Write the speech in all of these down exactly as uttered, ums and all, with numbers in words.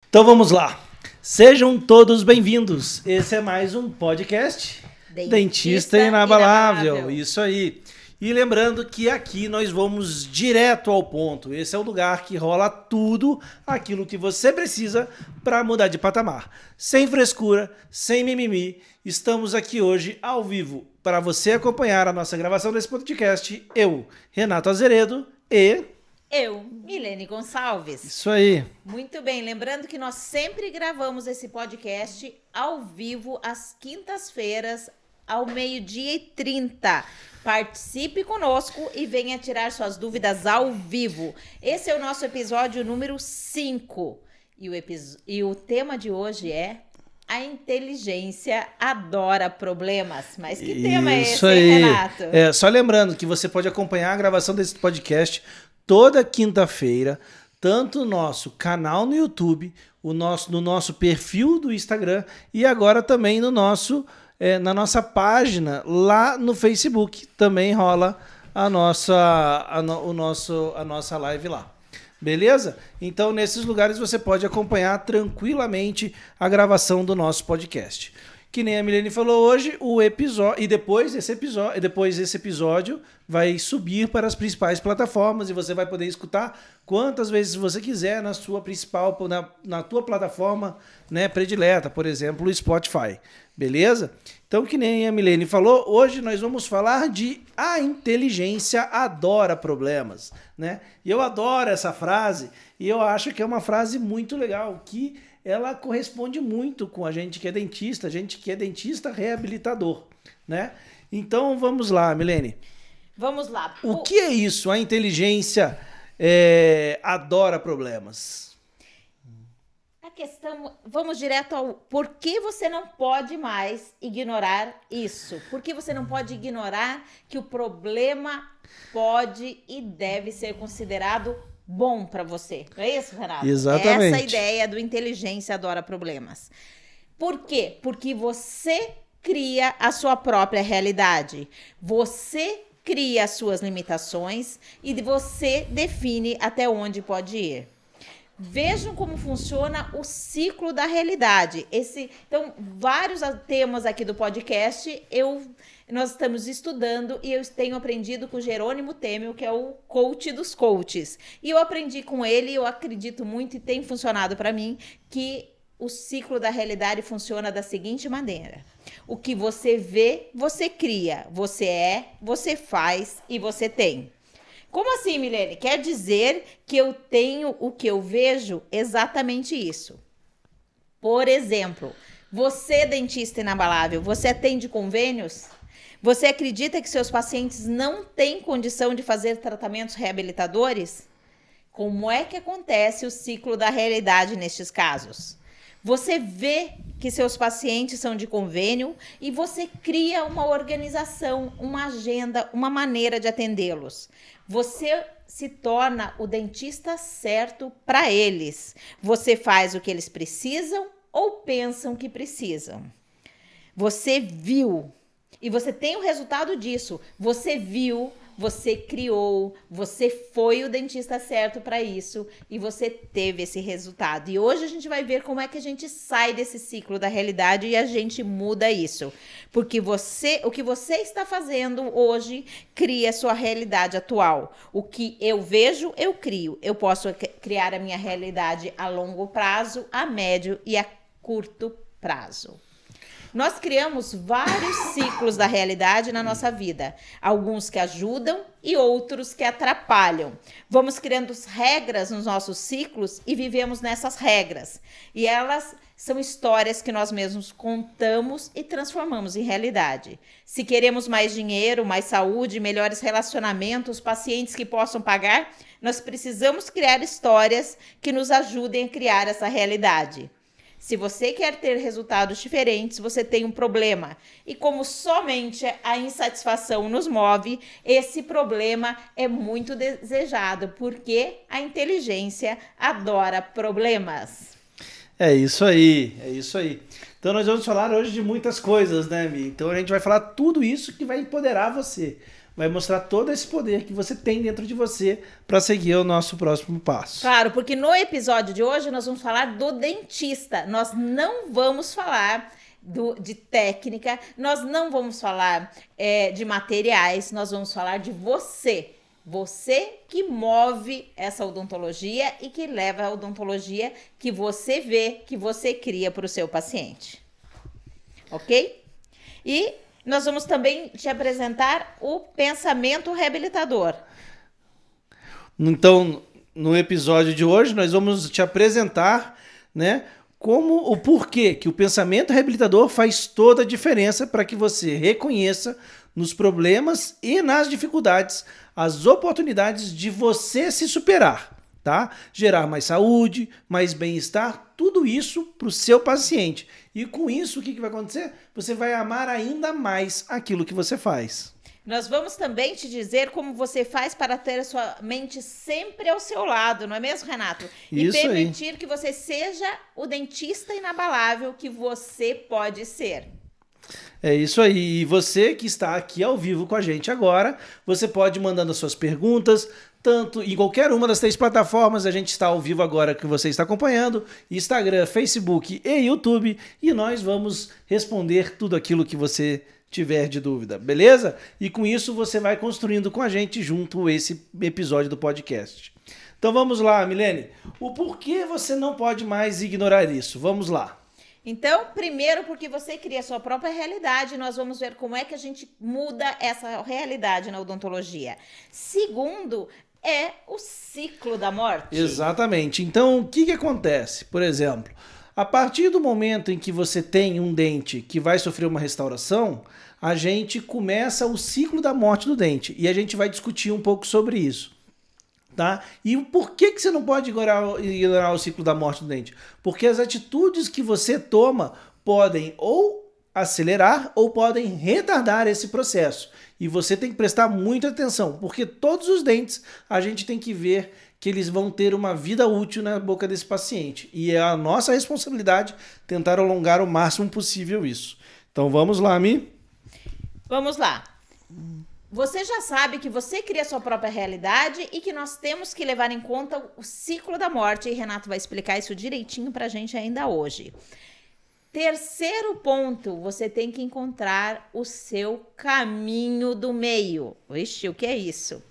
Então vamos lá. Sejam todos bem-vindos. Esse é mais um podcast Dentista, Dentista Inabalável. Inabalável. Isso aí. E lembrando que aqui nós vamos direto ao ponto. Esse é o lugar que rola tudo aquilo que você precisa para mudar de patamar. Sem frescura, sem mimimi. Estamos aqui hoje ao vivo para você acompanhar a nossa gravação desse podcast. Eu, Renato Azeredo e... Eu, Milene Gonçalves. Isso aí. Muito bem, lembrando que nós sempre gravamos esse podcast ao vivo às quintas-feiras, ao meio-dia e trinta. Participe conosco e venha tirar suas dúvidas ao vivo. Esse é o nosso episódio número cinco. E o, e o tema de hoje é... A inteligência adora problemas. Mas que Isso tema é esse, aí. hein, Renato? É, só lembrando que você pode acompanhar a gravação desse podcast toda quinta-feira, tanto no nosso canal no YouTube, o nosso, no nosso perfil do Instagram e agora também no nosso, é, na nossa página lá no Facebook. Também rola a nossa, a, no, o nosso, a nossa live lá. Beleza? Então, nesses lugares você pode acompanhar tranquilamente a gravação do nosso podcast. Que nem a Milene falou hoje, o episódio. E depois esse episódio, depois esse episódio vai subir para as principais plataformas e você vai poder escutar quantas vezes você quiser na sua principal, na, na tua plataforma, né, predileta, por exemplo, o Spotify. Beleza? Então, que nem a Milene falou, hoje nós vamos falar de a inteligência adora problemas, né? E eu adoro essa frase e eu acho que é uma frase muito legal, que ela corresponde muito com a gente que é dentista, a gente que é dentista reabilitador, né? Então, vamos lá, Milene. Vamos lá. O que é isso? A inteligência é, adora problemas. A questão, vamos direto ao por que você não pode mais ignorar isso? Por que você não pode ignorar que o problema pode e deve ser considerado bom para você? Não é isso, Renato? Exatamente. Essa ideia do inteligência adora problemas. Por quê? Porque você cria a sua própria realidade. Você cria as suas limitações e você define até onde pode ir. Vejam como funciona o ciclo da realidade. Esse, então, vários temas aqui do podcast eu, nós estamos estudando e eu tenho aprendido com o Jerônimo Temel, que é o coach dos coaches. E eu aprendi com ele, eu acredito muito e tem funcionado para mim, que o ciclo da realidade funciona da seguinte maneira. O que você vê, você cria. Você é, você faz e você tem. Como assim, Milene? Quer dizer que eu tenho o que eu vejo? Exatamente isso. Por exemplo, você, dentista inabalável, você atende convênios? Você acredita que seus pacientes não têm condição de fazer tratamentos reabilitadores? Como é que acontece o ciclo da realidade nestes casos? Você vê que seus pacientes são de convênio e você cria uma organização, uma agenda, uma maneira de atendê-los. Você se torna o dentista certo para eles. Você faz o que eles precisam ou pensam que precisam. Você viu e você tem o resultado disso. Você viu, você criou, você foi o dentista certo para isso e você teve esse resultado. E hoje a gente vai ver como é que a gente sai desse ciclo da realidade e a gente muda isso. Porque você, o que você está fazendo hoje cria a sua realidade atual. O que eu vejo, eu crio. Eu posso criar a minha realidade a longo prazo, a médio e a curto prazo. Nós criamos vários ciclos da realidade na nossa vida. Alguns que ajudam e outros que atrapalham. Vamos criando regras nos nossos ciclos e vivemos nessas regras. E elas são histórias que nós mesmos contamos e transformamos em realidade. Se queremos mais dinheiro, mais saúde, melhores relacionamentos, pacientes que possam pagar, nós precisamos criar histórias que nos ajudem a criar essa realidade. Se você quer ter resultados diferentes, você tem um problema. E como somente a insatisfação nos move, esse problema é muito desejado, porque a inteligência adora problemas. É isso aí, é isso aí. Então nós vamos falar hoje de muitas coisas, né, Mi? Então a gente vai falar tudo isso que vai empoderar você. vai mostrar todo esse poder que você tem dentro de você para seguir o nosso próximo passo. Claro, porque no episódio de hoje nós vamos falar do dentista. Nós não vamos falar do, de técnica, nós não vamos falar é, de materiais, nós vamos falar de você. Você que move essa odontologia e que leva a odontologia que você vê, que você cria para o seu paciente. Ok? E nós vamos também te apresentar o pensamento reabilitador. Então, no episódio de hoje, nós vamos te apresentar, né, como o porquê que o pensamento reabilitador faz toda a diferença para que você reconheça nos problemas e nas dificuldades as oportunidades de você se superar, tá? Gerar mais saúde, mais bem-estar, tudo isso para o seu paciente. E com isso, o que, que vai acontecer? Você vai amar ainda mais aquilo que você faz. Nós vamos também te dizer como você faz para ter a sua mente sempre ao seu lado, não é mesmo, Renato? E Isso permitir aí. que você seja o dentista inabalável que você pode ser. É isso aí. E você que está aqui ao vivo com a gente agora, você pode ir mandando as suas perguntas, tanto em qualquer uma das três plataformas. A gente está ao vivo agora que você está acompanhando, Instagram, Facebook e YouTube, e nós vamos responder tudo aquilo que você tiver de dúvida, beleza? E com isso você vai construindo com a gente junto esse episódio do podcast. Então vamos lá, Milene. O porquê você não pode mais ignorar isso? Vamos lá. Então, primeiro, porque você cria a sua própria realidade, nós vamos ver como é que a gente muda essa realidade na odontologia. Segundo, é o ciclo da morte. Exatamente. Então, o que, que acontece? Por exemplo, a partir do momento em que você tem um dente que vai sofrer uma restauração, a gente começa o ciclo da morte do dente. E a gente vai discutir um pouco sobre isso. Tá? E por que, que você não pode ignorar, ignorar o ciclo da morte do dente? Porque as atitudes que você toma podem ou acelerar ou podem retardar esse processo. E você tem que prestar muita atenção, porque todos os dentes a gente tem que ver que eles vão ter uma vida útil na boca desse paciente. E é a nossa responsabilidade tentar alongar o máximo possível isso. Então vamos lá, Mi? Vamos lá. Você já sabe que você cria a sua própria realidade e que nós temos que levar em conta o ciclo da morte. E Renato vai explicar isso direitinho pra gente ainda hoje. Terceiro ponto, você tem que encontrar o seu caminho do meio. Ixi, o que é isso?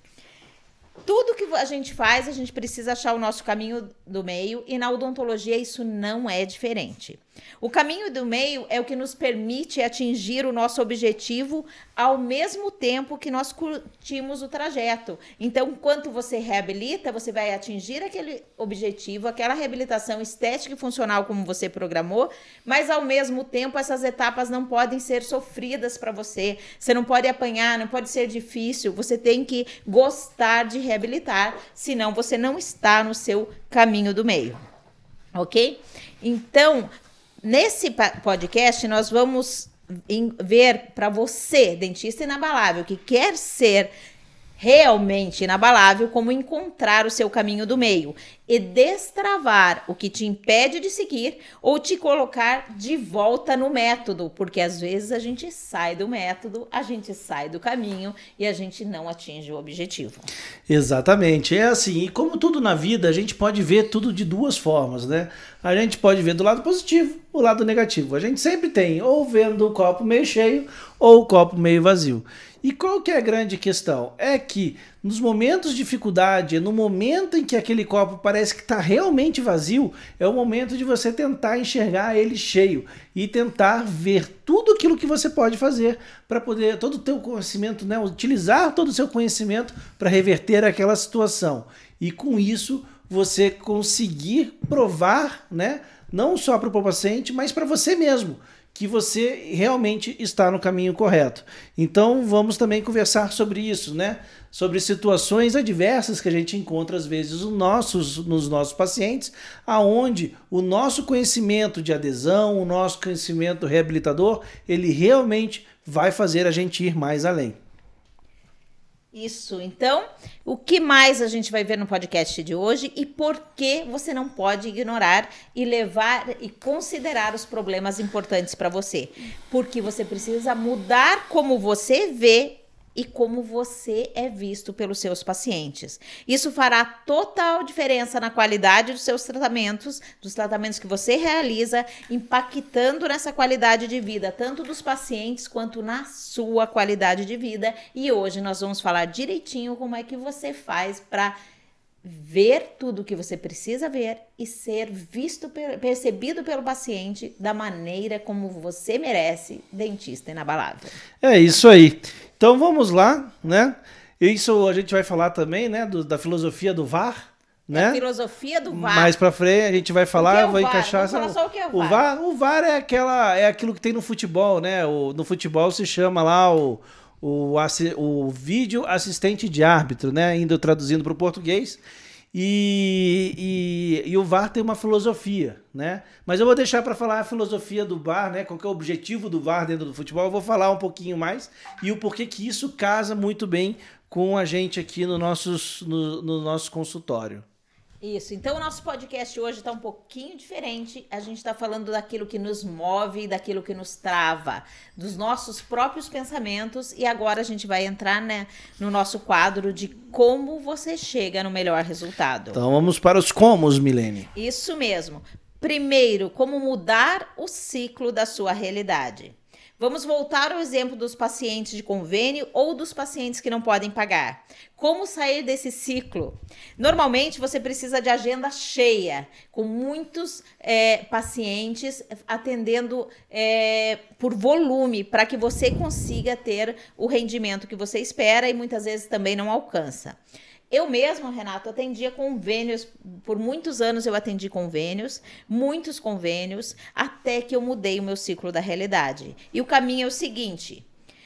Tudo que a gente faz, a gente precisa achar o nosso caminho do meio e na odontologia isso não é diferente. O caminho do meio é o que nos permite atingir o nosso objetivo ao mesmo tempo que nós curtimos o trajeto. Então, enquanto você reabilita, você vai atingir aquele objetivo, aquela reabilitação estética e funcional como você programou, mas ao mesmo tempo essas etapas não podem ser sofridas para você. Você não pode apanhar, não pode ser difícil, você tem que gostar de reabilitar, senão você não está no seu caminho do meio, ok? Então, nesse podcast, nós vamos ver para você, dentista inabalável, que quer ser realmente inabalável, como encontrar o seu caminho do meio e destravar o que te impede de seguir ou te colocar de volta no método, porque às vezes a gente sai do método, a gente sai do caminho e a gente não atinge o objetivo. Exatamente, é assim, e como tudo na vida, a gente pode ver tudo de duas formas, né? A gente pode ver do lado positivo, o lado negativo. A gente sempre tem ou vendo o copo meio cheio ou o copo meio vazio. E qual que é a grande questão? É que nos momentos de dificuldade, no momento em que aquele copo parece que está realmente vazio, é o momento de você tentar enxergar ele cheio e tentar ver tudo aquilo que você pode fazer para poder, todo o teu conhecimento, né, utilizar todo o seu conhecimento para reverter aquela situação. E com isso, você conseguir provar, né, não só para o paciente, mas para você mesmo, que você realmente está no caminho correto. Então vamos também conversar sobre isso, né? Sobre situações adversas que a gente encontra às vezes nos nossos, nos nossos pacientes, aonde o nosso conhecimento de adesão, o nosso conhecimento reabilitador, ele realmente vai fazer a gente ir mais além. Isso, então, o que mais a gente vai ver no podcast de hoje e por que você não pode ignorar e levar e considerar os problemas importantes para você? Porque você precisa mudar como você vê e como você é visto pelos seus pacientes. Isso fará total diferença na qualidade dos seus tratamentos, dos tratamentos que você realiza, impactando nessa qualidade de vida, tanto dos pacientes quanto na sua qualidade de vida. E hoje nós vamos falar direitinho como é que você faz para ver tudo o que você precisa ver e ser visto, percebido pelo paciente da maneira como você merece, dentista inabalável. É isso aí. Então vamos lá, né? Isso a gente vai falar também, né, do, da filosofia do V A R, né? É a filosofia do V A R. Mais pra frente a gente vai falar, o vai V A R? encaixar. Vamos falar só o que é o o V A R. O V A R é aquela, é aquilo que tem no futebol, né? O, no futebol se chama lá o O, o vídeo assistente de árbitro, né? Indo traduzindo para o português. E, e, e o V A R tem uma filosofia, né? Mas eu vou deixar para falar a filosofia do V A R, né? Qual que é o objetivo do V A R dentro do futebol. Eu vou falar um pouquinho mais e o porquê que isso casa muito bem com a gente aqui no, nossos, no, no nosso consultório. Isso, então o nosso podcast hoje está um pouquinho diferente. A gente está falando daquilo que nos move, daquilo que nos trava, dos nossos próprios pensamentos. E agora a gente vai entrar, né, no nosso quadro de como você chega no melhor resultado. Então vamos para os comos, Milene. Isso mesmo. Primeiro, como mudar o ciclo da sua realidade. Vamos voltar ao exemplo dos pacientes de convênio ou dos pacientes que não podem pagar. Como sair desse ciclo? Normalmente você precisa de agenda cheia, com muitos é, pacientes atendendo é, por volume, para que você consiga ter o rendimento que você espera e muitas vezes também não alcança. Eu mesma, Renato, atendia convênios, por muitos anos eu atendi convênios, muitos convênios, até que eu mudei o meu ciclo da realidade. E o caminho é o seguinte: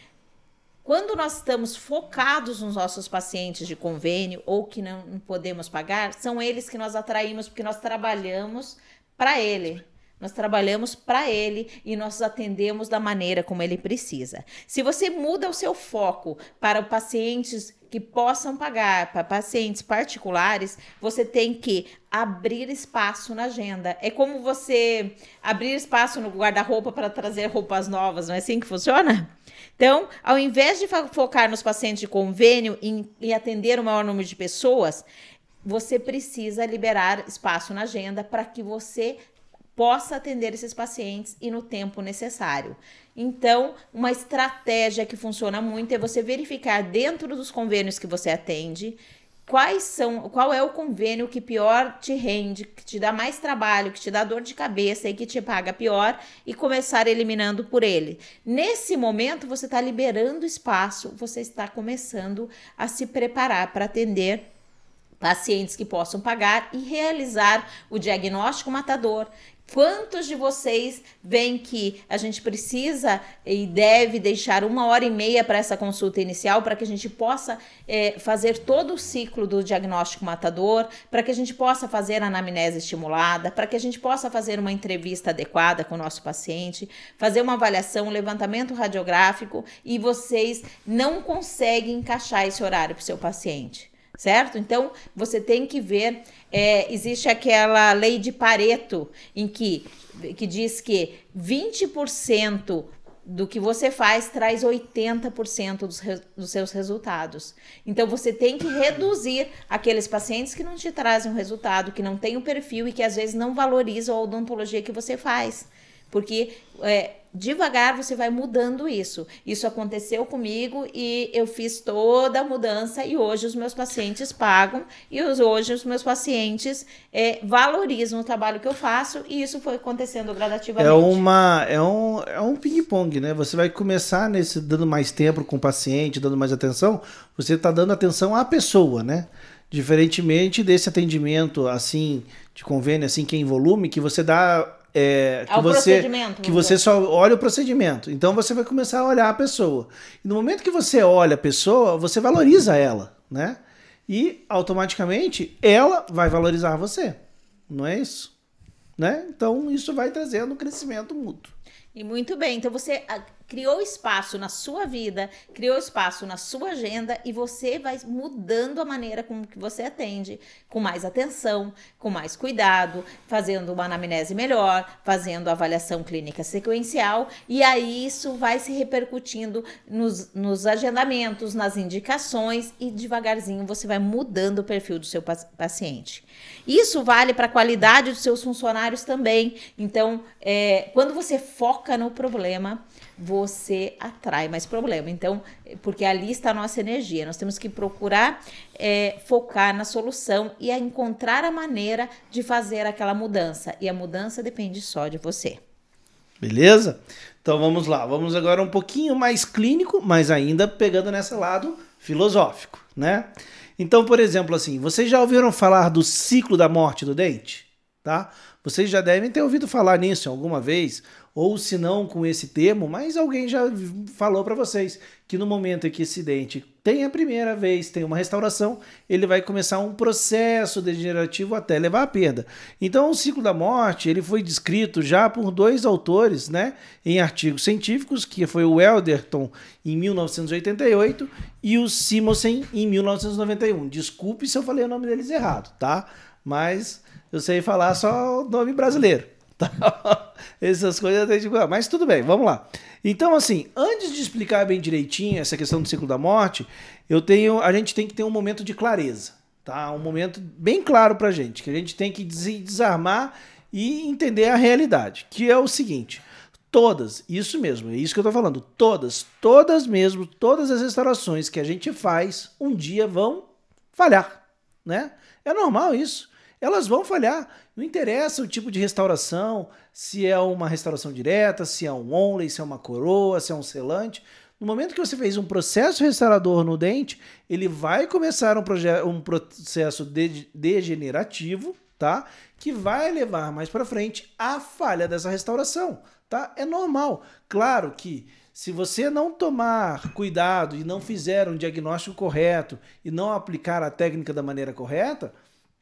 quando nós estamos focados nos nossos pacientes de convênio ou que não podemos pagar, são eles que nós atraímos porque nós trabalhamos para ele. Nós trabalhamos para ele e nós atendemos da maneira como ele precisa. Se você muda o seu foco para pacientes que possam pagar, para pacientes particulares, você tem que abrir espaço na agenda. É como você abrir espaço no guarda-roupa para trazer roupas novas, não é assim que funciona? Então, ao invés de focar nos pacientes de convênio e, e atender o maior número de pessoas, você precisa liberar espaço na agenda para que você possa atender esses pacientes e no tempo necessário. Então, uma estratégia que funciona muito é você verificar dentro dos convênios que você atende quais são, qual é o convênio que pior te rende, que te dá mais trabalho, que te dá dor de cabeça e que te paga pior e começar eliminando por ele. Nesse momento, você está liberando espaço, você está começando a se preparar para atender pacientes que possam pagar e realizar o diagnóstico matador. Quantos de vocês veem que a gente precisa e deve deixar uma hora e meia para essa consulta inicial para que a gente possa é, fazer todo o ciclo do diagnóstico matador, para que a gente possa fazer a anamnese estimulada, para que a gente possa fazer uma entrevista adequada com o nosso paciente, fazer uma avaliação, um levantamento radiográfico e vocês não conseguem encaixar esse horário para o seu paciente? Certo? Então, você tem que ver, é, existe aquela lei de Pareto, em que, que diz que vinte por cento do que você faz traz oitenta por cento dos, dos seus resultados. Então, você tem que reduzir aqueles pacientes que não te trazem um resultado, que não têm o perfil e que às vezes não valorizam a odontologia que você faz. Porque é, devagar você vai mudando isso. Isso aconteceu comigo e eu fiz toda a mudança e hoje os meus pacientes pagam e hoje os meus pacientes é, valorizam o trabalho que eu faço e isso foi acontecendo gradativamente. É, uma, é um, é um ping-pong, né? Você vai começar nesse, dando mais tempo com o paciente, dando mais atenção, você está dando atenção à pessoa, né? Diferentemente desse atendimento assim, de convênio, assim, que é em volume, que você dá... É, que, você, que você só olha o procedimento. Então você vai começar a olhar a pessoa. E no momento que você olha a pessoa, você valoriza ela, né? E automaticamente ela vai valorizar você. Não é isso? Né? Então isso vai trazendo um crescimento mútuo. E muito bem, então você ah, criou espaço na sua vida, criou espaço na sua agenda e você vai mudando a maneira como que você atende, com mais atenção, com mais cuidado, fazendo uma anamnese melhor, fazendo avaliação clínica sequencial, e aí isso vai se repercutindo nos, nos agendamentos, nas indicações, e devagarzinho você vai mudando o perfil do seu paciente. Isso vale para a qualidade dos seus funcionários também. Então, é, quando você foca no problema, você atrai mais problema. Então, porque ali está a nossa energia. Nós temos que procurar é, focar na solução e a encontrar a maneira de fazer aquela mudança. E a mudança depende só de você. Beleza? Então vamos lá. Vamos agora um pouquinho mais clínico, mas ainda pegando nesse lado filosófico, né? Então, por exemplo, assim, vocês já ouviram falar do ciclo da morte do dente? Tá? Vocês já devem ter ouvido falar nisso alguma vez, ou se não com esse termo, mas alguém já falou para vocês que no momento em que esse dente tem a primeira vez, tem uma restauração, ele vai começar um processo degenerativo até levar à perda. Então o ciclo da morte ele foi descrito já por dois autores, né, em artigos científicos, que foi o Elderton em mil novecentos e oitenta e oito e o Simonsen em mil novecentos e noventa e um. Desculpe se eu falei o nome deles errado, tá? Mas eu sei falar só o nome brasileiro. Tá? Essas coisas eu tenho de... Mas tudo bem, vamos lá. Então, assim, antes de explicar bem direitinho essa questão do ciclo da morte, eu tenho, a gente tem que ter um momento de clareza, tá? Um momento bem claro pra gente, que a gente tem que desarmar e entender a realidade, que é o seguinte: todas, isso mesmo, é isso que eu tô falando, todas, todas mesmo, todas as restaurações que a gente faz, um dia vão falhar, né? É normal isso. Elas vão falhar. Não interessa o tipo de restauração, se é uma restauração direta, se é um onlay, se é uma coroa, se é um selante. No momento que você fez um processo restaurador no dente, ele vai começar um, um processo de degenerativo, tá? Que vai levar mais para frente à falha dessa restauração, tá? É normal. Claro que se você não tomar cuidado e não fizer um diagnóstico correto e não aplicar a técnica da maneira correta,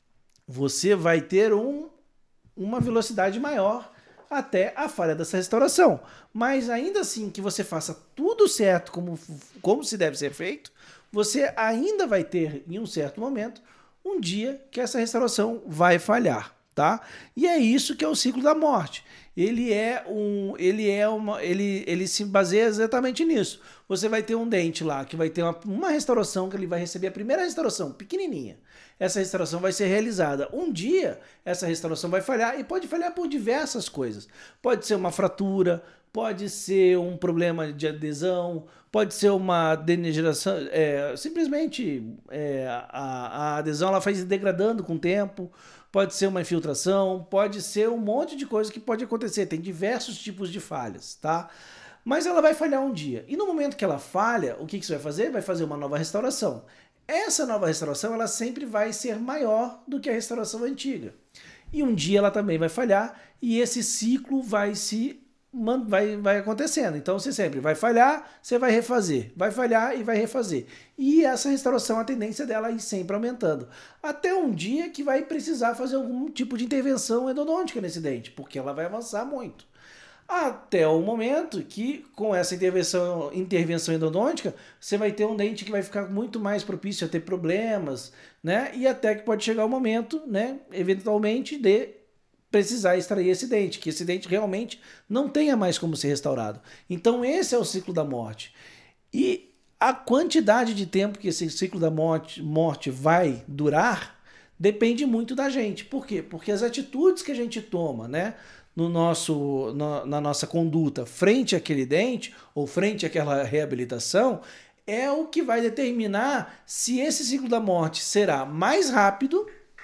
você vai ter um, uma velocidade maior até a falha dessa restauração. Mas ainda assim que você faça tudo certo como, como se deve ser feito, você ainda vai ter, em um certo momento, um dia que essa restauração vai falhar, tá? E é isso que é o ciclo da morte. Ele é um, ele é uma, ele, ele se baseia exatamente nisso. Você vai ter um dente lá que vai ter uma, uma restauração que ele vai receber a primeira restauração, pequenininha. Essa restauração vai ser realizada. Um dia, essa restauração vai falhar, e pode falhar por diversas coisas. Pode ser uma fratura, pode ser um problema de adesão, pode ser uma degeneração, é, simplesmente é, a, a adesão ela vai se degradando com o tempo, pode ser uma infiltração, pode ser um monte de coisa que pode acontecer. Tem diversos tipos de falhas, tá? Mas ela vai falhar um dia. E no momento que ela falha, o que, que você vai fazer? Vai fazer uma nova restauração. Essa nova restauração ela sempre vai ser maior do que a restauração antiga. E um dia ela também vai falhar e esse ciclo vai se vai, vai acontecendo. Então você sempre vai falhar, você vai refazer, vai falhar e vai refazer. E essa restauração, a tendência dela é ir sempre aumentando. Até um dia que vai precisar fazer algum tipo de intervenção endodôntica nesse dente, porque ela vai avançar muito. Até o momento que, com essa intervenção, intervenção endodôntica, você vai ter um dente que vai ficar muito mais propício a ter problemas, né? E até que pode chegar o momento, né, eventualmente, de precisar extrair esse dente, que esse dente realmente não tenha mais como ser restaurado. Então esse é o ciclo da morte. E a quantidade de tempo que esse ciclo da morte, morte vai durar depende muito da gente. Por quê? Porque as atitudes que a gente toma, né, no nosso, no, na nossa conduta frente àquele dente ou frente àquela reabilitação é o que vai determinar se esse ciclo da morte será mais rápido,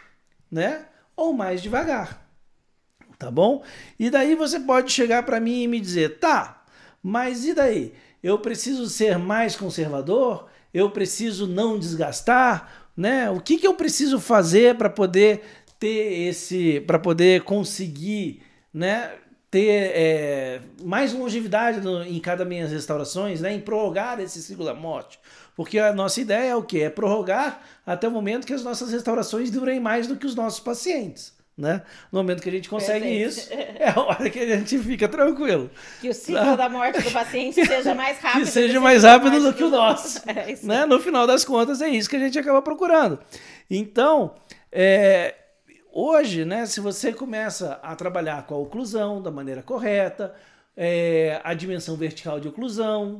né, ou mais devagar. Tá bom? E daí você pode chegar para mim e me dizer, tá, mas e daí? Eu preciso ser mais conservador? Eu preciso não desgastar? Né? O que, que eu preciso fazer para poder ter esse, para poder conseguir, né, ter é, mais longevidade no, em cada minhas restaurações, né, em prorrogar esse ciclo da morte? Porque a nossa ideia é o quê? É prorrogar até o momento que as nossas restaurações durem mais do que os nossos pacientes. Né? No momento que a gente consegue Perfeito. isso, é a hora que a gente fica tranquilo. Que o ciclo da morte do paciente seja mais rápido. Que seja que mais rápido do que o nosso. É isso. Né? No final das contas, é isso que a gente acaba procurando. Então, é, hoje, né, se você começa a trabalhar com a oclusão da maneira correta, é, a dimensão vertical de oclusão,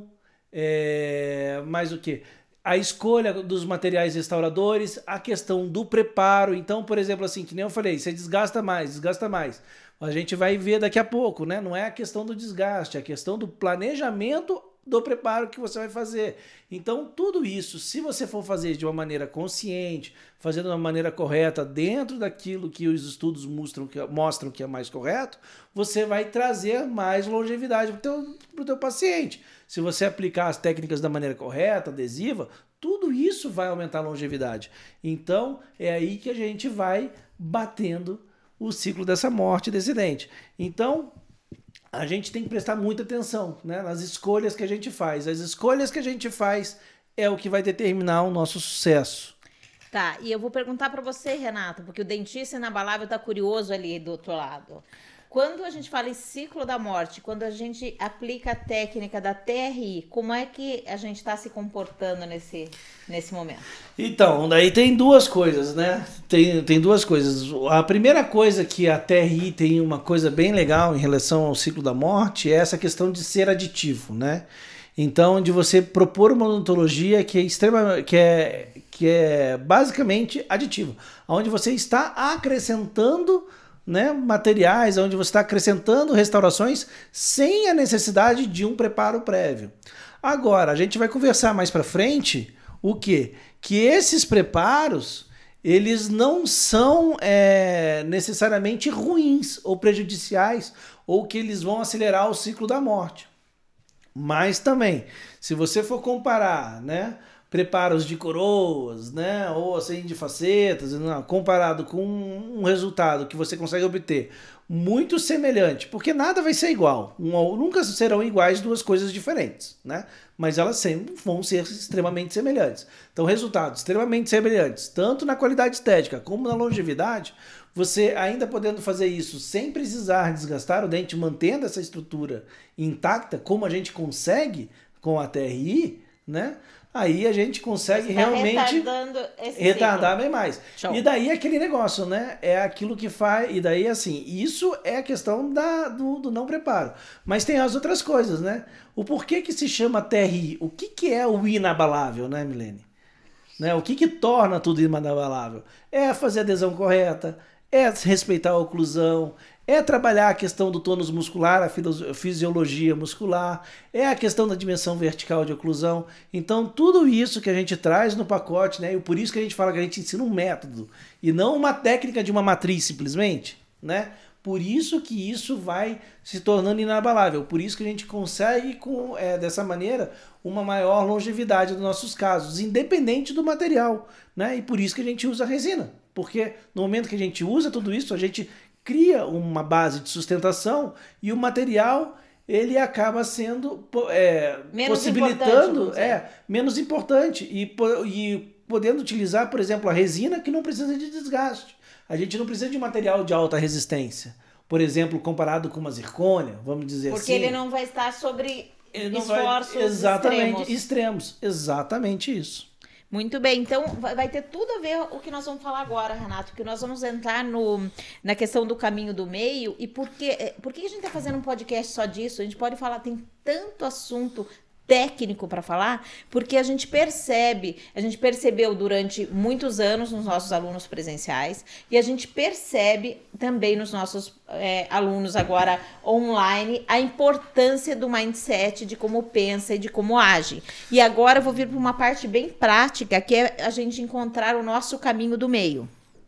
é, mais o quê? A escolha dos materiais restauradores, a questão do preparo. Então, por exemplo, assim, que nem eu falei, você desgasta mais, desgasta mais. A gente vai ver daqui a pouco, né? Não é a questão do desgaste, é a questão do planejamento do preparo que você vai fazer. Então, tudo isso, se você for fazer de uma maneira consciente, fazendo de uma maneira correta, dentro daquilo que os estudos mostram que, mostram que é mais correto, você vai trazer mais longevidade para o teu, pro teu paciente. Se você aplicar as técnicas da maneira correta, adesiva, tudo isso vai aumentar a longevidade. Então, é aí que a gente vai batendo o ciclo dessa morte, desse dente. Então, a gente tem que prestar muita atenção, né, nas escolhas que a gente faz. As escolhas que a gente faz é o que vai determinar o nosso sucesso. Tá, e eu vou perguntar para você, Renato, porque o dentista inabalável tá curioso ali do outro lado. Quando a gente fala em ciclo da morte, quando a gente aplica a técnica da T R I, como é que a gente está se comportando nesse, nesse momento? Então, daí tem duas coisas, né? Tem, tem duas coisas. A primeira coisa que a T R I tem uma coisa bem legal em relação ao ciclo da morte é essa questão de ser aditivo, né? Então, de você propor uma odontologia que é extrema, que é, que é basicamente aditiva, onde você está acrescentando, né, materiais, onde você está acrescentando restaurações sem a necessidade de um preparo prévio. Agora, a gente vai conversar mais para frente o quê? Que esses preparos, eles não são é, necessariamente ruins ou prejudiciais, ou que eles vão acelerar o ciclo da morte. Mas também, se você for comparar, né, preparos de coroas, né, ou assim de facetas, não, comparado com um resultado que você consegue obter muito semelhante, porque nada vai ser igual, um, nunca serão iguais duas coisas diferentes, né? Mas elas sempre vão ser extremamente semelhantes. Então, resultados extremamente semelhantes, tanto na qualidade estética como na longevidade, você ainda podendo fazer isso sem precisar desgastar o dente, mantendo essa estrutura intacta, como a gente consegue com a T R I, né? Aí a gente consegue tá realmente esse retardar ciclo. bem mais. Show. E daí aquele negócio, né? É aquilo que faz. E daí, assim, isso é a questão da, do, do não preparo. Mas tem as outras coisas, né? O porquê que se chama T R I? O que, que é o inabalável, né, Milene? Né? O que, que torna tudo inabalável? É fazer a adesão correta, é respeitar a oclusão, é trabalhar a questão do tônus muscular, a fisiologia muscular, é a questão da dimensão vertical de oclusão. Então, tudo isso que a gente traz no pacote, né? E por isso que a gente fala que a gente ensina um método e não uma técnica de uma matriz simplesmente, né? Por isso que isso vai se tornando inabalável. Por isso que a gente consegue, com, é, dessa maneira, uma maior longevidade dos nossos casos, independente do material, né? E por isso que a gente usa a resina. Porque no momento que a gente usa tudo isso, a gente cria uma base de sustentação e o material ele acaba sendo é, menos possibilitando é, menos importante e, e podendo utilizar, por exemplo, a resina que não precisa de desgaste. A gente não precisa de material de alta resistência, por exemplo, comparado com uma zircônia, vamos dizer Porque assim. Porque ele não vai estar sobre ele esforços vai, exatamente, extremos. extremos. Exatamente isso. Muito bem, então vai ter tudo a ver o que nós vamos falar agora, Renato, porque nós vamos entrar no, na questão do caminho do meio e por que, por que a gente está fazendo um podcast só disso? A gente pode falar, tem tanto assunto técnico para falar, porque a gente percebe, a gente percebeu durante muitos anos nos nossos alunos presenciais e a gente percebe também nos nossos é, alunos agora online a importância do mindset, de como pensa e de como age. E agora eu vou vir para uma parte bem prática, que é a gente encontrar o nosso caminho do meio.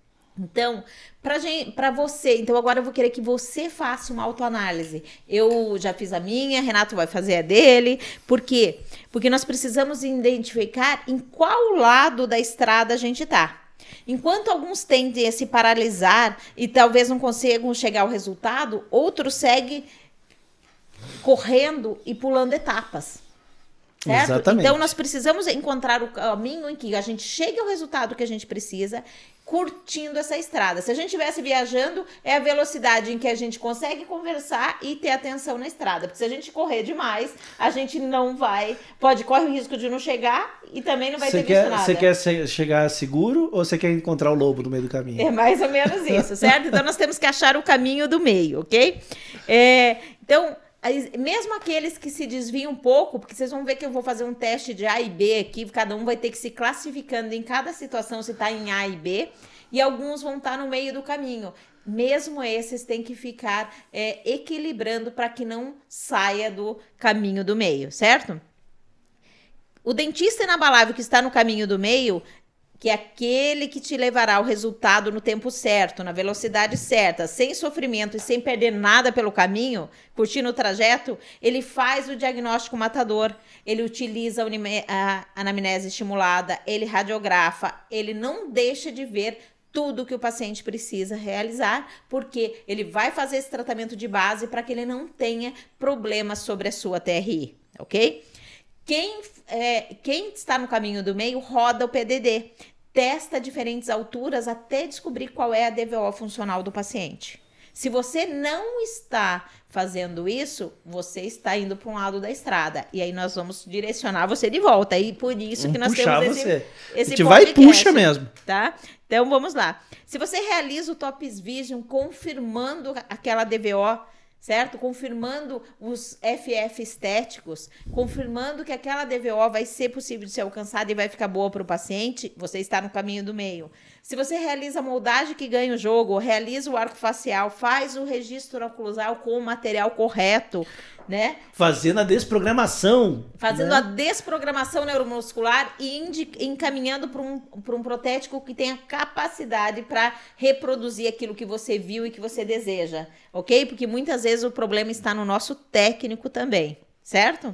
Então, para você, então agora eu vou querer que você faça uma autoanálise. Eu já fiz a minha, Renato vai fazer a dele. Por quê? Porque nós precisamos identificar em qual lado da estrada a gente está. Enquanto alguns tendem a se paralisar e talvez não consigam chegar ao resultado, outros seguem correndo e pulando etapas. Certo? Exatamente. Então, nós precisamos encontrar o caminho em que a gente chegue ao resultado que a gente precisa, curtindo essa estrada. Se a gente estivesse viajando, é a velocidade em que a gente consegue conversar e ter atenção na estrada. Porque se a gente correr demais, a gente não vai... Pode, corre o risco de não chegar e também não vai Você ter quer, visto nada. Você quer se- chegar seguro ou você quer encontrar o lobo no meio do caminho? É mais ou menos isso, certo? Então, nós temos que achar o caminho do meio, ok? É, então... Aí, mesmo aqueles que se desviam um pouco, porque vocês vão ver que eu vou fazer um teste de A e B aqui, cada um vai ter que se classificando em cada situação se está em A e B, e alguns vão estar no meio do caminho. Mesmo esses têm que ficar é, equilibrando para que não saia do caminho do meio, certo? O dentista inabalável que está no caminho do meio, que é aquele que te levará ao resultado no tempo certo, na velocidade certa, sem sofrimento e sem perder nada pelo caminho, curtindo o trajeto, ele faz o diagnóstico matador, ele utiliza a, unime- a anamnese estimulada, ele radiografa, ele não deixa de ver tudo que o paciente precisa realizar, porque ele vai fazer esse tratamento de base para que ele não tenha problemas sobre a sua T R I, ok? Quem, é, quem está no caminho do meio roda o P D D, testa diferentes alturas até descobrir qual é a D V O funcional do paciente. Se você não está fazendo isso, você está indo para um lado da estrada. E aí nós vamos direcionar você de volta. E por isso Vamos que nós puxar temos você. esse, esse A gente vai e podcast, puxa mesmo. Tá? Então vamos lá. Se você realiza o Tops Vision confirmando aquela D V O, certo? Confirmando os F F estéticos, confirmando que aquela D V O vai ser possível de ser alcançada e vai ficar boa para o paciente, você está no caminho do meio. Se você realiza a moldagem que ganha o jogo, realiza o arco facial, faz o registro oclusal com o material correto, né? Fazendo a desprogramação. Fazendo né? a desprogramação neuromuscular e indi- encaminhando para um, para um protético que tenha capacidade para reproduzir aquilo que você viu e que você deseja, ok? Porque muitas vezes o problema está no nosso técnico também, certo?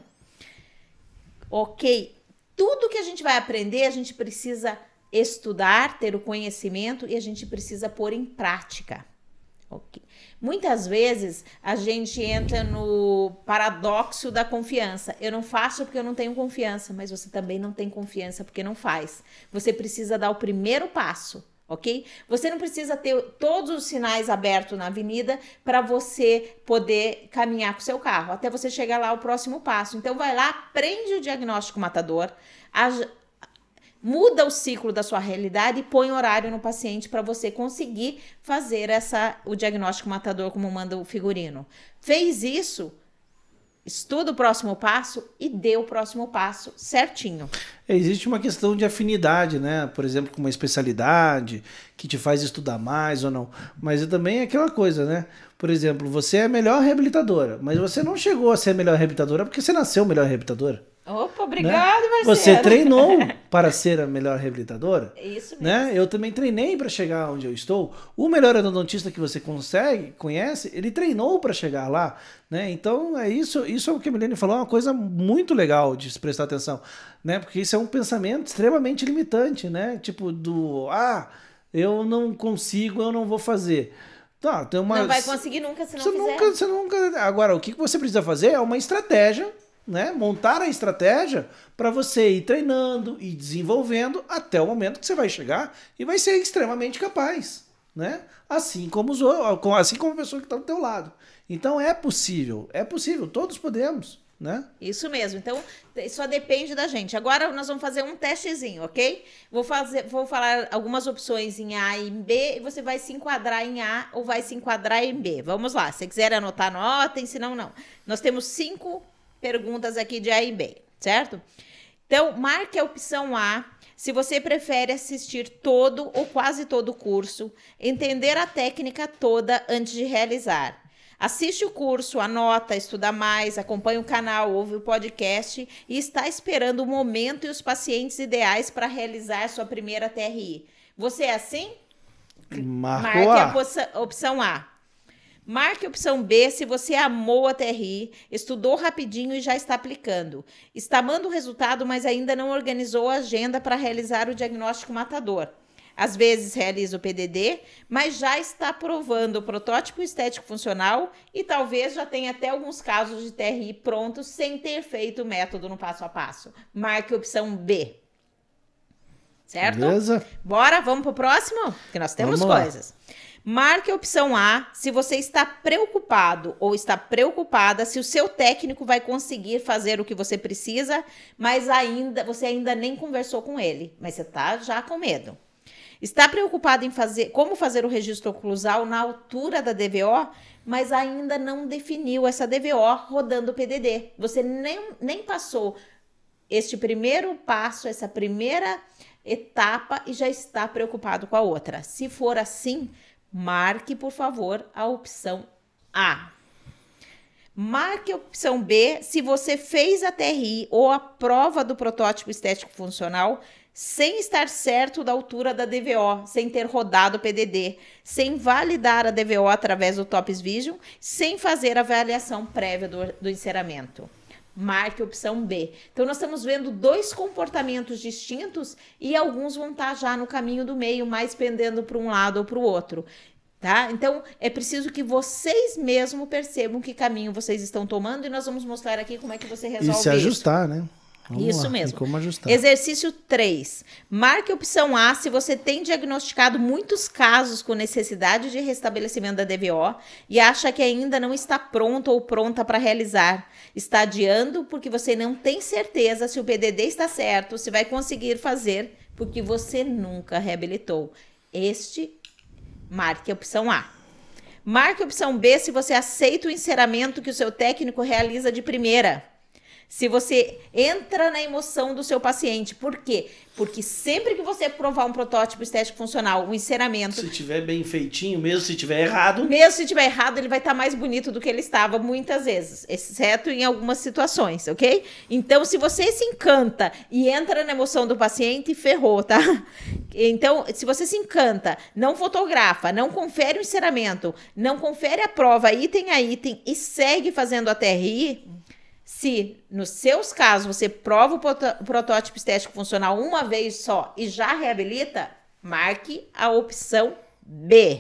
Ok. Tudo que a gente vai aprender, a gente precisa estudar, ter o conhecimento e a gente precisa pôr em prática. Okay. Muitas vezes a gente entra no paradoxo da confiança. Eu não faço porque eu não tenho confiança, mas você também não tem confiança porque não faz. Você precisa dar o primeiro passo, ok? Você não precisa ter todos os sinais abertos na avenida para você poder caminhar com o seu carro, até você chegar lá ao próximo passo. Então vai lá, aprende o diagnóstico matador, a muda o ciclo da sua realidade e põe horário no paciente para você conseguir fazer essa, o diagnóstico matador como manda o figurino. Fez isso, estuda o próximo passo e dê o próximo passo certinho. Existe uma questão de afinidade, né? Por exemplo, com uma especialidade que te faz estudar mais ou não. Mas também é aquela coisa, né? Por exemplo, você é a melhor reabilitadora, mas você não chegou a ser a melhor reabilitadora porque você nasceu a melhor reabilitadora. Opa, obrigado, né? Marcelo. Você treinou para ser a melhor reabilitadora? Isso mesmo. Né? Eu também treinei para chegar onde eu estou. O melhor odontista que você consegue, conhece, ele treinou para chegar lá. Né? Então, é isso, isso é o que a Milene falou, é uma coisa muito legal de se prestar atenção. Né? Porque isso é um pensamento extremamente limitante. Né? Tipo, do, ah, eu não consigo, eu não vou fazer. Tá, tem uma... Não vai conseguir nunca se não você fizer. Nunca, você nunca... Agora, o que você precisa fazer é uma estratégia, né? Montar a estratégia para você ir treinando e desenvolvendo até o momento que você vai chegar e vai ser extremamente capaz, né? Assim como os outros, assim como a pessoa que está do teu lado. Então é possível, é possível, todos podemos, né? Isso mesmo. Então só depende da gente. Agora nós vamos fazer um testezinho, ok? Vou fazer, vou falar algumas opções em A e em B e você vai se enquadrar em A ou vai se enquadrar em B. Vamos lá. Se quiser anotar, anotem, senão não. Nós temos cinco perguntas aqui de A e B, certo? Então, marque a opção A se você prefere assistir todo ou quase todo o curso, entender a técnica toda antes de realizar. Assiste o curso, anota, estuda mais, acompanha o canal, ouve o podcast e está esperando o momento e os pacientes ideais para realizar sua primeira T R I. Você é assim? Marcou Marque a opção A. Marque a opção B se você amou a T R I, estudou rapidinho e já está aplicando. Está amando o resultado, mas ainda não organizou a agenda para realizar o diagnóstico matador. às vezes realiza o P D D, mas já está provando o protótipo estético funcional e talvez já tenha até alguns casos de T R I prontos sem ter feito o método no passo a passo. Marque a opção B. Certo? Beleza. Bora, vamos pro próximo? Porque nós temos Vamos lá. coisas. Marque a opção A se você está preocupado ou está preocupada se o seu técnico vai conseguir fazer o que você precisa, mas ainda você ainda nem conversou com ele, mas você está já com medo. Está preocupado em fazer como fazer o registro oclusal na altura da D V O, mas ainda não definiu essa D V O rodando o P D D. Você nem, nem passou este primeiro passo, essa primeira etapa e já está preocupado com a outra. Se for assim, marque, por favor, a opção A. Marque a opção B se você fez a T R I ou a prova do protótipo estético funcional sem estar certo da altura da D V O, sem ter rodado o P D D, sem validar a D V O através do Tops Vision, sem fazer a avaliação prévia do, do enceramento. Marque a opção B. Então, nós estamos vendo dois comportamentos distintos e alguns vão estar já no caminho do meio, mais pendendo para um lado ou para o outro. Tá? Então, é preciso que vocês mesmos percebam que caminho vocês estão tomando e nós vamos mostrar aqui como é que você resolve isso. E se ajustar, né? Vamos Isso lá, mesmo. tem como ajustar. Exercício três. Marque a opção A se você tem diagnosticado muitos casos com necessidade de restabelecimento da D V O e acha que ainda não está pronto ou pronta para realizar. Está adiando porque você não tem certeza se o P D D está certo, se vai conseguir fazer, porque você nunca reabilitou. Este, marque a opção A. Marque a opção B se você aceita o enceramento que o seu técnico realiza de primeira. Se você entra na emoção do seu paciente. Por quê? Porque sempre que você provar um protótipo estético funcional, um enceramento... Se tiver bem feitinho, mesmo se tiver errado... Mesmo se tiver errado, ele vai estar mais bonito do que ele estava muitas vezes. Exceto em algumas situações, ok? Então, se você se encanta e entra na emoção do paciente, ferrou, tá? Então, se você se encanta, não fotografa, não confere o enceramento, não confere a prova item a item e segue fazendo a T R I... Se, nos seus casos, você prova o protótipo estético funcional uma vez só e já reabilita, marque a opção B.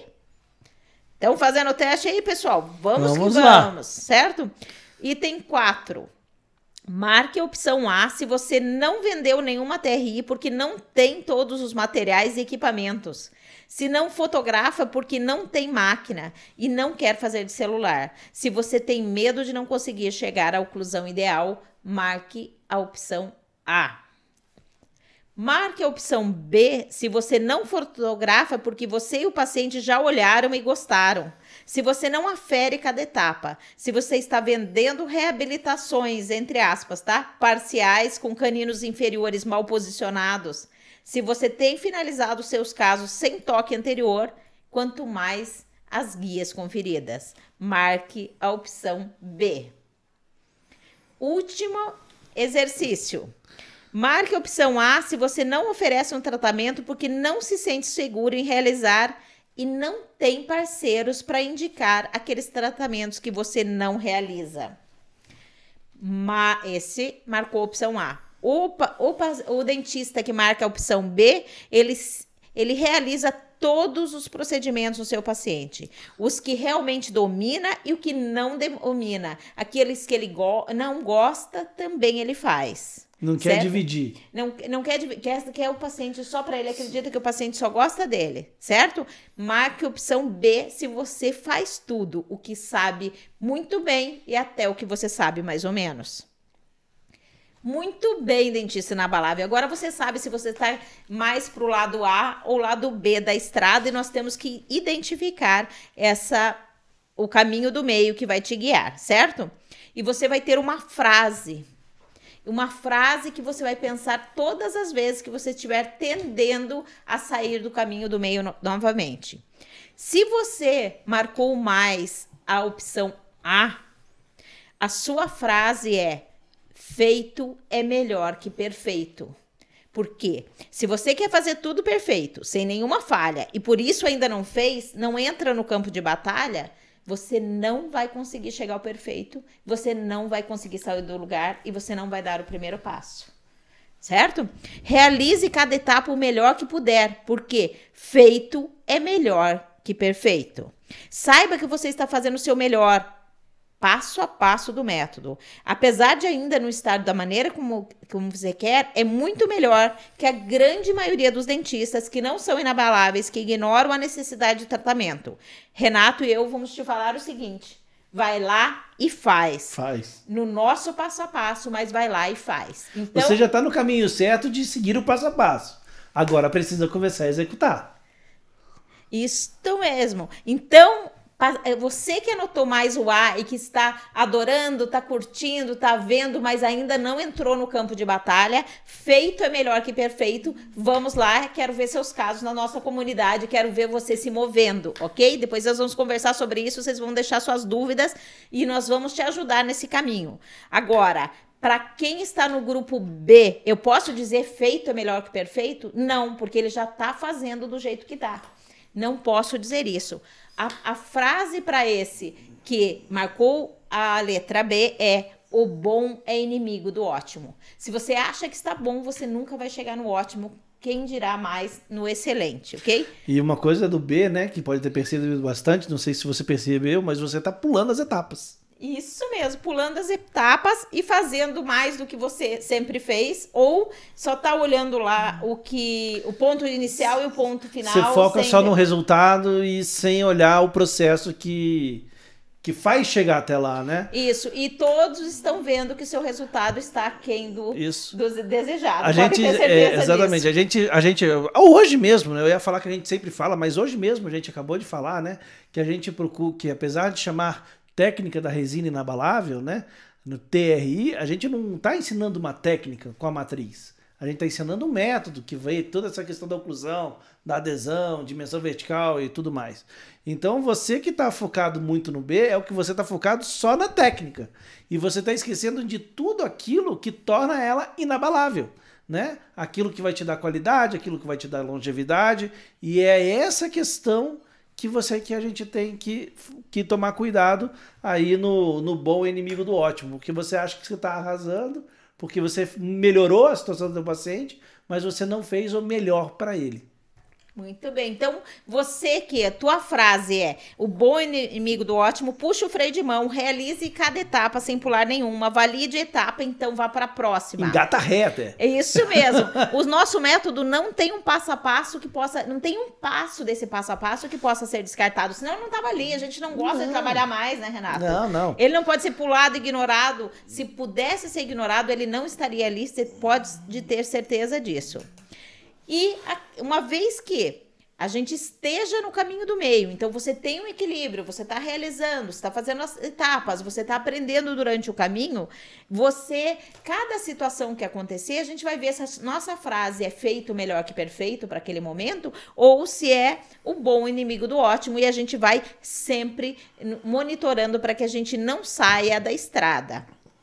Então, fazendo o teste aí, pessoal. Vamos, vamos que lá. vamos, certo? Item quatro. Marque a opção A se você não vendeu nenhuma T R I porque não tem todos os materiais e equipamentos. Se não fotografa porque não tem máquina e não quer fazer de celular. Se você tem medo de não conseguir chegar à oclusão ideal, marque a opção A. Marque a opção B se você não fotografa porque você e o paciente já olharam e gostaram. Se você não afere cada etapa. Se você está vendendo reabilitações, entre aspas, tá? Parciais com caninos inferiores mal posicionados. Se você tem finalizado seus casos sem toque anterior, quanto mais as guias conferidas. Marque a opção B. Último exercício. Marque a opção A se você não oferece um tratamento porque não se sente seguro em realizar e não tem parceiros para indicar aqueles tratamentos que você não realiza. Ma- esse marcou a opção A. O, o, o dentista que marca a opção B, ele, ele realiza todos os procedimentos no seu paciente. Os que realmente domina e o que não domina. Aqueles que ele go não gosta, também ele faz. Não certo? quer dividir. Não, não quer dividir. Quer, quer o paciente só para ele. Acredita que o paciente só gosta dele, certo? Marque a opção B se você faz tudo. O que sabe muito bem e até o que você sabe mais ou menos. Muito bem, dentista inabalável. Agora você sabe se você está mais para o lado A ou lado B da estrada e nós temos que identificar essa, o caminho do meio que vai te guiar, certo? E você vai ter uma frase, uma frase que você vai pensar todas as vezes que você estiver tendendo a sair do caminho do meio no, novamente. Se você marcou mais a opção A, a sua frase é: feito é melhor que perfeito. Por quê? Se você quer fazer tudo perfeito, sem nenhuma falha, e por isso ainda não fez, não entra no campo de batalha, você não vai conseguir chegar ao perfeito, você não vai conseguir sair do lugar e você não vai dar o primeiro passo. certo? Realize cada etapa o melhor que puder, porque feito é melhor que perfeito. Saiba que você está fazendo o seu melhor, passo a passo do método. Apesar de ainda não estar da maneira como, como você quer, é muito melhor que a grande maioria dos dentistas que não são inabaláveis, que ignoram a necessidade de tratamento. Renato e eu vamos te falar o seguinte: vai lá e faz. Faz. No nosso passo a passo, mas vai lá e faz. Então, você já está no caminho certo de seguir o passo a passo. Agora precisa começar a executar. Isto mesmo. Então, você que anotou mais o A e que está adorando, está curtindo, está vendo, mas ainda não entrou no campo de batalha, feito é melhor que perfeito. Vamos lá, quero ver seus casos na nossa comunidade, quero ver você se movendo, ok? Depois nós vamos conversar sobre isso, vocês vão deixar suas dúvidas e nós vamos te ajudar nesse caminho. Agora, para quem está no grupo B, eu posso dizer feito é melhor que perfeito? Não, porque ele já está fazendo do jeito que dá. Não posso dizer isso. A, a frase para esse que marcou a letra B é: o bom é inimigo do ótimo. Se você acha que está bom, você nunca vai chegar no ótimo. Quem dirá mais no excelente, ok? E uma coisa do B, né, que pode ter percebido bastante, não sei se você percebeu, mas você está pulando as etapas. Isso mesmo, pulando as etapas e fazendo mais do que você sempre fez, ou só tá olhando lá o que o ponto inicial e o ponto final. Você foca sem... só no resultado e sem olhar o processo que, que faz chegar até lá, né? Isso, e todos estão vendo que o seu resultado está aquém do, Isso. do desejado. A gente, é, exatamente, disso. a gente, a gente, hoje mesmo, né, eu ia falar que a gente sempre fala, mas hoje mesmo a gente acabou de falar, né, que a gente procura, que apesar de chamar técnica da resina inabalável, né? No T R I, a gente não está ensinando uma técnica com a matriz. A gente está ensinando um método que veio toda essa questão da oclusão, da adesão, dimensão vertical e tudo mais. Então, você que está focado muito no B, é o que você está focado só na técnica. E você está esquecendo de tudo aquilo que torna ela inabalável, né? Aquilo que vai te dar qualidade, aquilo que vai te dar longevidade. E é essa questão que você que a gente tem que, que tomar cuidado aí no, no bom inimigo do ótimo, porque você acha que você está arrasando, porque você melhorou a situação do seu paciente, mas você não fez o melhor para ele. Muito bem, então você que a tua frase é: o bom inimigo do ótimo, puxa o freio de mão, realize cada etapa sem pular nenhuma, valide etapa, então vá para a próxima. Engata reta. É isso mesmo. O nosso método não tem um passo a passo que possa, não tem um passo desse passo a passo que possa ser descartado, senão não tava ali. A gente não gosta não. de trabalhar mais, né, Renato? Não, não. Ele não pode ser pulado, ignorado. Se pudesse ser ignorado, ele não estaria ali, você pode ter certeza disso. E uma vez que a gente esteja no caminho do meio, então você tem um equilíbrio, você está realizando, você está fazendo as etapas, você está aprendendo durante o caminho, você, cada situação que acontecer, a gente vai ver se a nossa frase é feito melhor que perfeito para aquele momento, ou se é o bom inimigo do ótimo, e a gente vai sempre monitorando para que a gente não saia da estrada.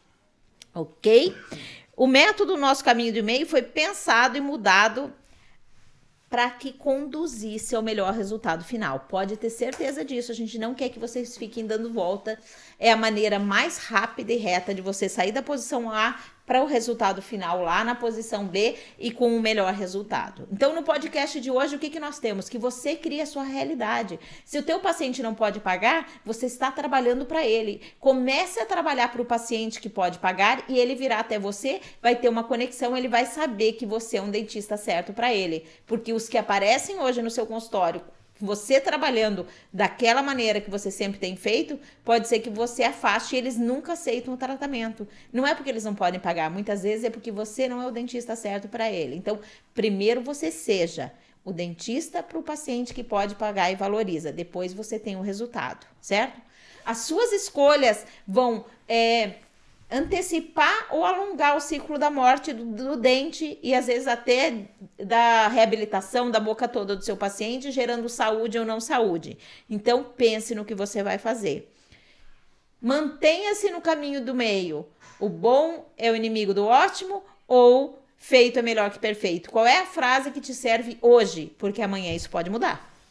Ok? O método Nosso Caminho do Meio foi pensado e mudado para que conduzisse ao melhor resultado final. Pode ter certeza disso, a gente não quer que vocês fiquem dando volta. É a maneira mais rápida e reta de você sair da posição A para o resultado final lá na posição B e com o melhor resultado. Então, no podcast de hoje, o que, que nós temos? Que você cria a sua realidade. Se o teu paciente não pode pagar, você está trabalhando para ele. Comece a trabalhar para o paciente que pode pagar e ele virá até você, vai ter uma conexão, ele vai saber que você é um dentista certo para ele. Porque os que aparecem hoje no seu consultório, você trabalhando daquela maneira que você sempre tem feito, pode ser que você afaste e eles nunca aceitam o tratamento. Não é porque eles não podem pagar, muitas vezes é porque você não é o dentista certo para ele. Então, primeiro você seja o dentista para o paciente que pode pagar e valoriza. Depois você tem o resultado, certo? As suas escolhas vão é, antecipar ou alongar o ciclo da morte do, do dente e às vezes até da reabilitação da boca toda do seu paciente, gerando saúde ou não saúde. Então, pense no que você vai fazer. Mantenha-se no caminho do meio. O bom é o inimigo do ótimo ou feito é melhor que perfeito? Qual é a frase que te serve hoje? Porque amanhã isso pode mudar.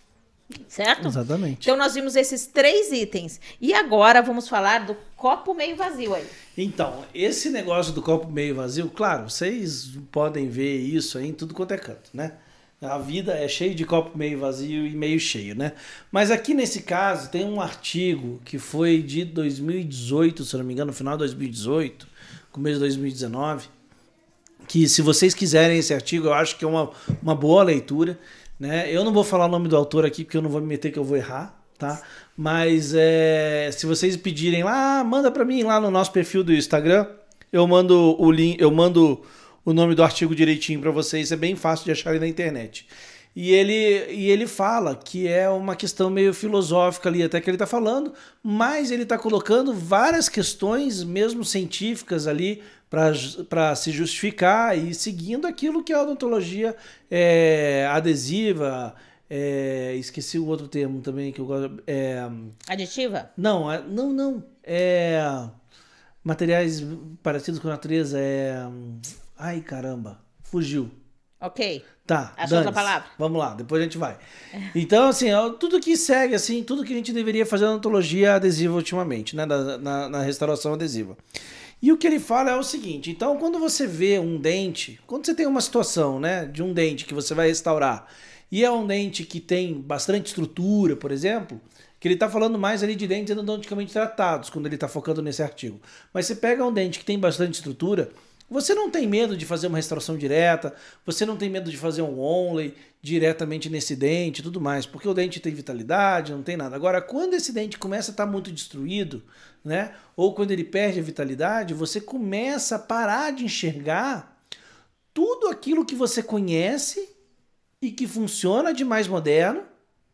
Certo? Exatamente. Então nós vimos esses três itens. E agora vamos falar do copo meio vazio aí. Então, esse negócio do copo meio vazio, claro, vocês podem ver isso aí em tudo quanto é canto, né? A vida é cheia de copo meio vazio e meio cheio, né? Mas aqui nesse caso tem um artigo que foi de dois mil e dezoito, se eu não me engano, no final de dois mil e dezoito, começo de dois mil e dezenove, que se vocês quiserem esse artigo, eu acho que é uma, uma boa leitura, né? Eu não vou falar o nome do autor aqui, porque eu não vou me meter que eu vou errar, tá? Mas é, se vocês pedirem lá, manda para mim lá no nosso perfil do Instagram, eu mando o link, eu mando o nome do artigo direitinho para vocês, é bem fácil de achar ali na internet. E ele, e ele fala que é uma questão meio filosófica ali, até que ele está falando, mas ele está colocando várias questões, mesmo científicas ali, para se justificar e seguindo aquilo que a odontologia é, adesiva, é, esqueci o outro termo também que eu gosto. É, Aditiva? não, não, não. É, materiais parecidos com a natureza. É, ai, caramba, fugiu. Ok. Tá, achou outra palavra? Vamos lá, depois a gente vai. Então, assim, tudo que segue, assim, tudo que a gente deveria fazer na odontologia adesiva ultimamente, né, na, na, na restauração adesiva. E o que ele fala é o seguinte, então quando você vê um dente, quando você tem uma situação, né, de um dente que você vai restaurar, e é um dente que tem bastante estrutura, por exemplo, que ele está falando mais ali de dentes endodonticamente tratados, quando ele está focando nesse artigo. Mas você pega um dente que tem bastante estrutura, você não tem medo de fazer uma restauração direta, você não tem medo de fazer um onlay diretamente nesse dente e tudo mais, porque o dente tem vitalidade, não tem nada. Agora, quando esse dente começa a estar muito destruído, né, ou quando ele perde a vitalidade, você começa a parar de enxergar tudo aquilo que você conhece e que funciona de mais moderno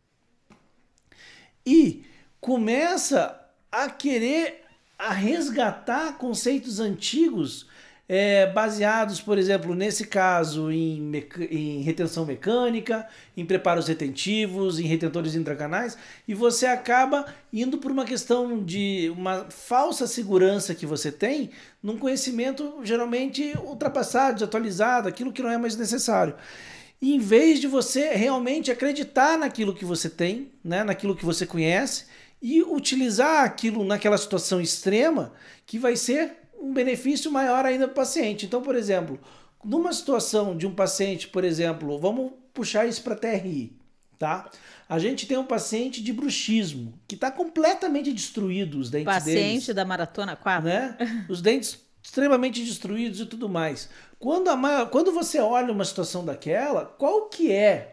e começa a querer a resgatar conceitos antigos É, baseados, por exemplo, nesse caso, em, meca... em retenção mecânica, em preparos retentivos, em retentores intracanais, e você acaba indo por uma questão de uma falsa segurança que você tem num conhecimento geralmente ultrapassado, desatualizado, aquilo que não é mais necessário. E em vez de você realmente acreditar naquilo que você tem, né, naquilo que você conhece, e utilizar aquilo naquela situação extrema que vai ser um benefício maior ainda para o paciente. Então, por exemplo, numa situação de um paciente, por exemplo, vamos puxar isso para T R I, tá? A gente tem um paciente de bruxismo, que está completamente destruído os dentes paciente deles. Paciente da Maratona quatro. Né? Os dentes extremamente destruídos e tudo mais. Quando, a maior, quando você olha uma situação daquela, qual que é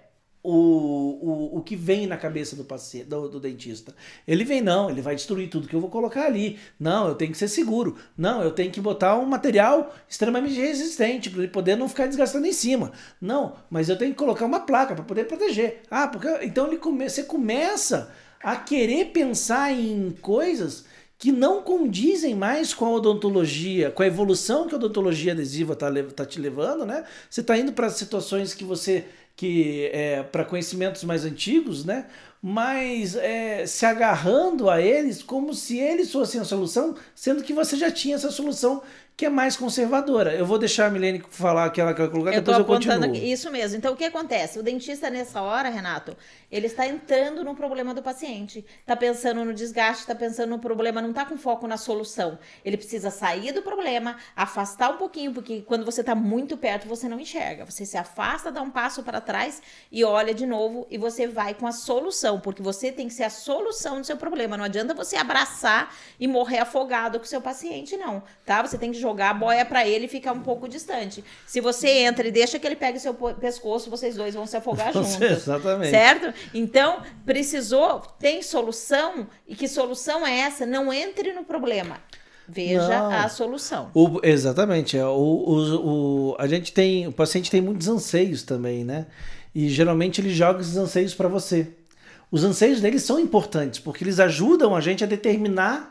O, o, o que vem na cabeça do paciente, do, do dentista? Ele vem, não, ele vai destruir tudo que eu vou colocar ali. Não, eu tenho que ser seguro. Não, eu tenho que botar um material extremamente resistente para ele poder não ficar desgastando em cima. Não, mas eu tenho que colocar uma placa para poder proteger. Ah, porque então ele come, você começa a querer pensar em coisas que não condizem mais com a odontologia, com a evolução que a odontologia adesiva está tá te levando, né? Você está indo para situações que você que é para conhecimentos mais antigos, né? Mas é, se agarrando a eles como se eles fossem a solução, sendo que você já tinha essa solução que é mais conservadora. Eu vou deixar a Milene falar aquela que ela colocar, eu depois eu apontando continuo. Aqui. Isso mesmo. Então, o que acontece? O dentista, nessa hora, Renato, ele está entrando no problema do paciente. Está pensando no desgaste, está pensando no problema, não está com foco na solução. Ele precisa sair do problema, afastar um pouquinho, porque quando você está muito perto, você não enxerga. Você se afasta, dá um passo para trás e olha de novo e você vai com a solução, porque você tem que ser a solução do seu problema. Não adianta você abraçar e morrer afogado com o seu paciente, não, tá? Você tem que jogar a boia para ele e ficar um pouco distante. Se você entra e deixa que ele pegue seu pescoço, vocês dois vão se afogar juntos. Exatamente. Certo? Então, precisou, tem solução, e que solução é essa? Não entre no problema. Veja não. a solução. O, exatamente. O, o, o, a gente tem, o paciente tem muitos anseios também, né? E geralmente ele joga esses anseios para você. Os anseios deles são importantes, porque eles ajudam a gente a determinar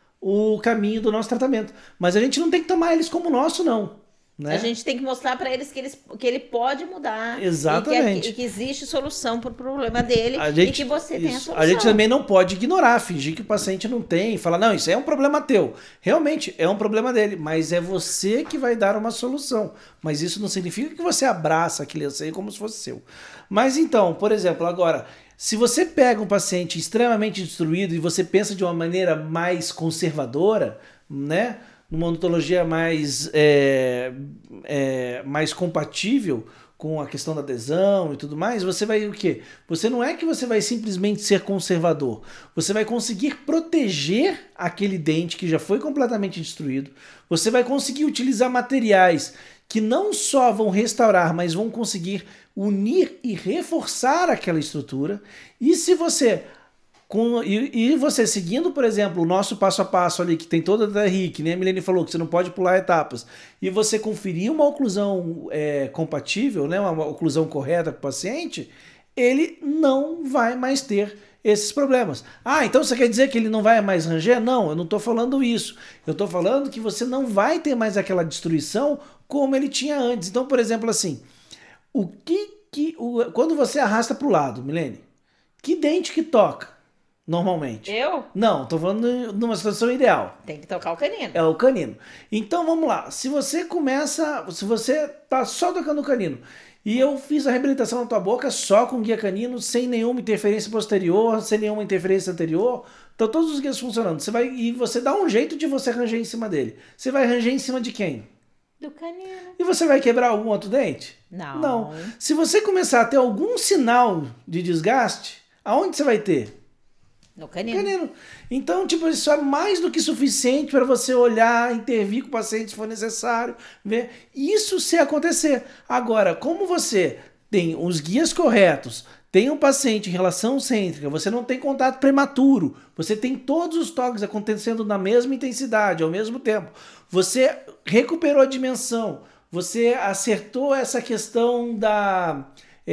o caminho do nosso tratamento. Mas a gente não tem que tomar eles como nosso, não. Né? A gente tem que mostrar para eles que, eles que ele pode mudar. Exatamente. E que, e que existe solução para o problema dele gente, e que você isso. tem a solução. A gente também não pode ignorar, fingir que o paciente não tem e falar, não, isso é um problema teu. Realmente, é um problema dele, mas é você que vai dar uma solução. Mas isso não significa que você abraça aquele anseio como se fosse seu. Mas então, por exemplo, agora... Se você pega um paciente extremamente destruído e você pensa de uma maneira mais conservadora, né? Numa odontologia mais, é, é, mais compatível com a questão da adesão e tudo mais, você vai o quê? Você não é que você vai simplesmente ser conservador, você vai conseguir proteger aquele dente que já foi completamente destruído, você vai conseguir utilizar materiais que não só vão restaurar, mas vão conseguir unir e reforçar aquela estrutura, e se você... Com, e, e você seguindo, por exemplo, o nosso passo a passo ali, que tem toda a D R I, que nem a Milene falou, que você não pode pular etapas, e você conferir uma oclusão é, compatível, né, uma oclusão correta para o paciente, ele não vai mais ter esses problemas. Ah, então você quer dizer que ele não vai mais ranger? Não, eu não estou falando isso. Eu estou falando que você não vai ter mais aquela destruição como ele tinha antes. Então, por exemplo, assim, o que que o, quando você arrasta para o lado, Milene, que dente que toca? Normalmente. Eu? Não, tô falando numa situação ideal. Tem que tocar o canino. É o canino. Então vamos lá. Se você começa, se você tá só tocando o canino e eu fiz a reabilitação na tua boca só com guia canino, sem nenhuma interferência posterior, sem nenhuma interferência anterior, então todos os guias funcionando. Você vai e você dá um jeito de você ranger em cima dele. Você vai ranger em cima de quem? Do canino. E você vai quebrar algum outro dente? Não. Não. Se você começar a ter algum sinal de desgaste, aonde você vai ter? No canino. canino. Então, tipo, isso é mais do que suficiente para você olhar, intervir com o paciente se for necessário, ver isso se acontecer. Agora, como você tem os guias corretos, tem um paciente em relação cêntrica, você não tem contato prematuro, você tem todos os toques acontecendo na mesma intensidade, ao mesmo tempo, você recuperou a dimensão, você acertou essa questão da...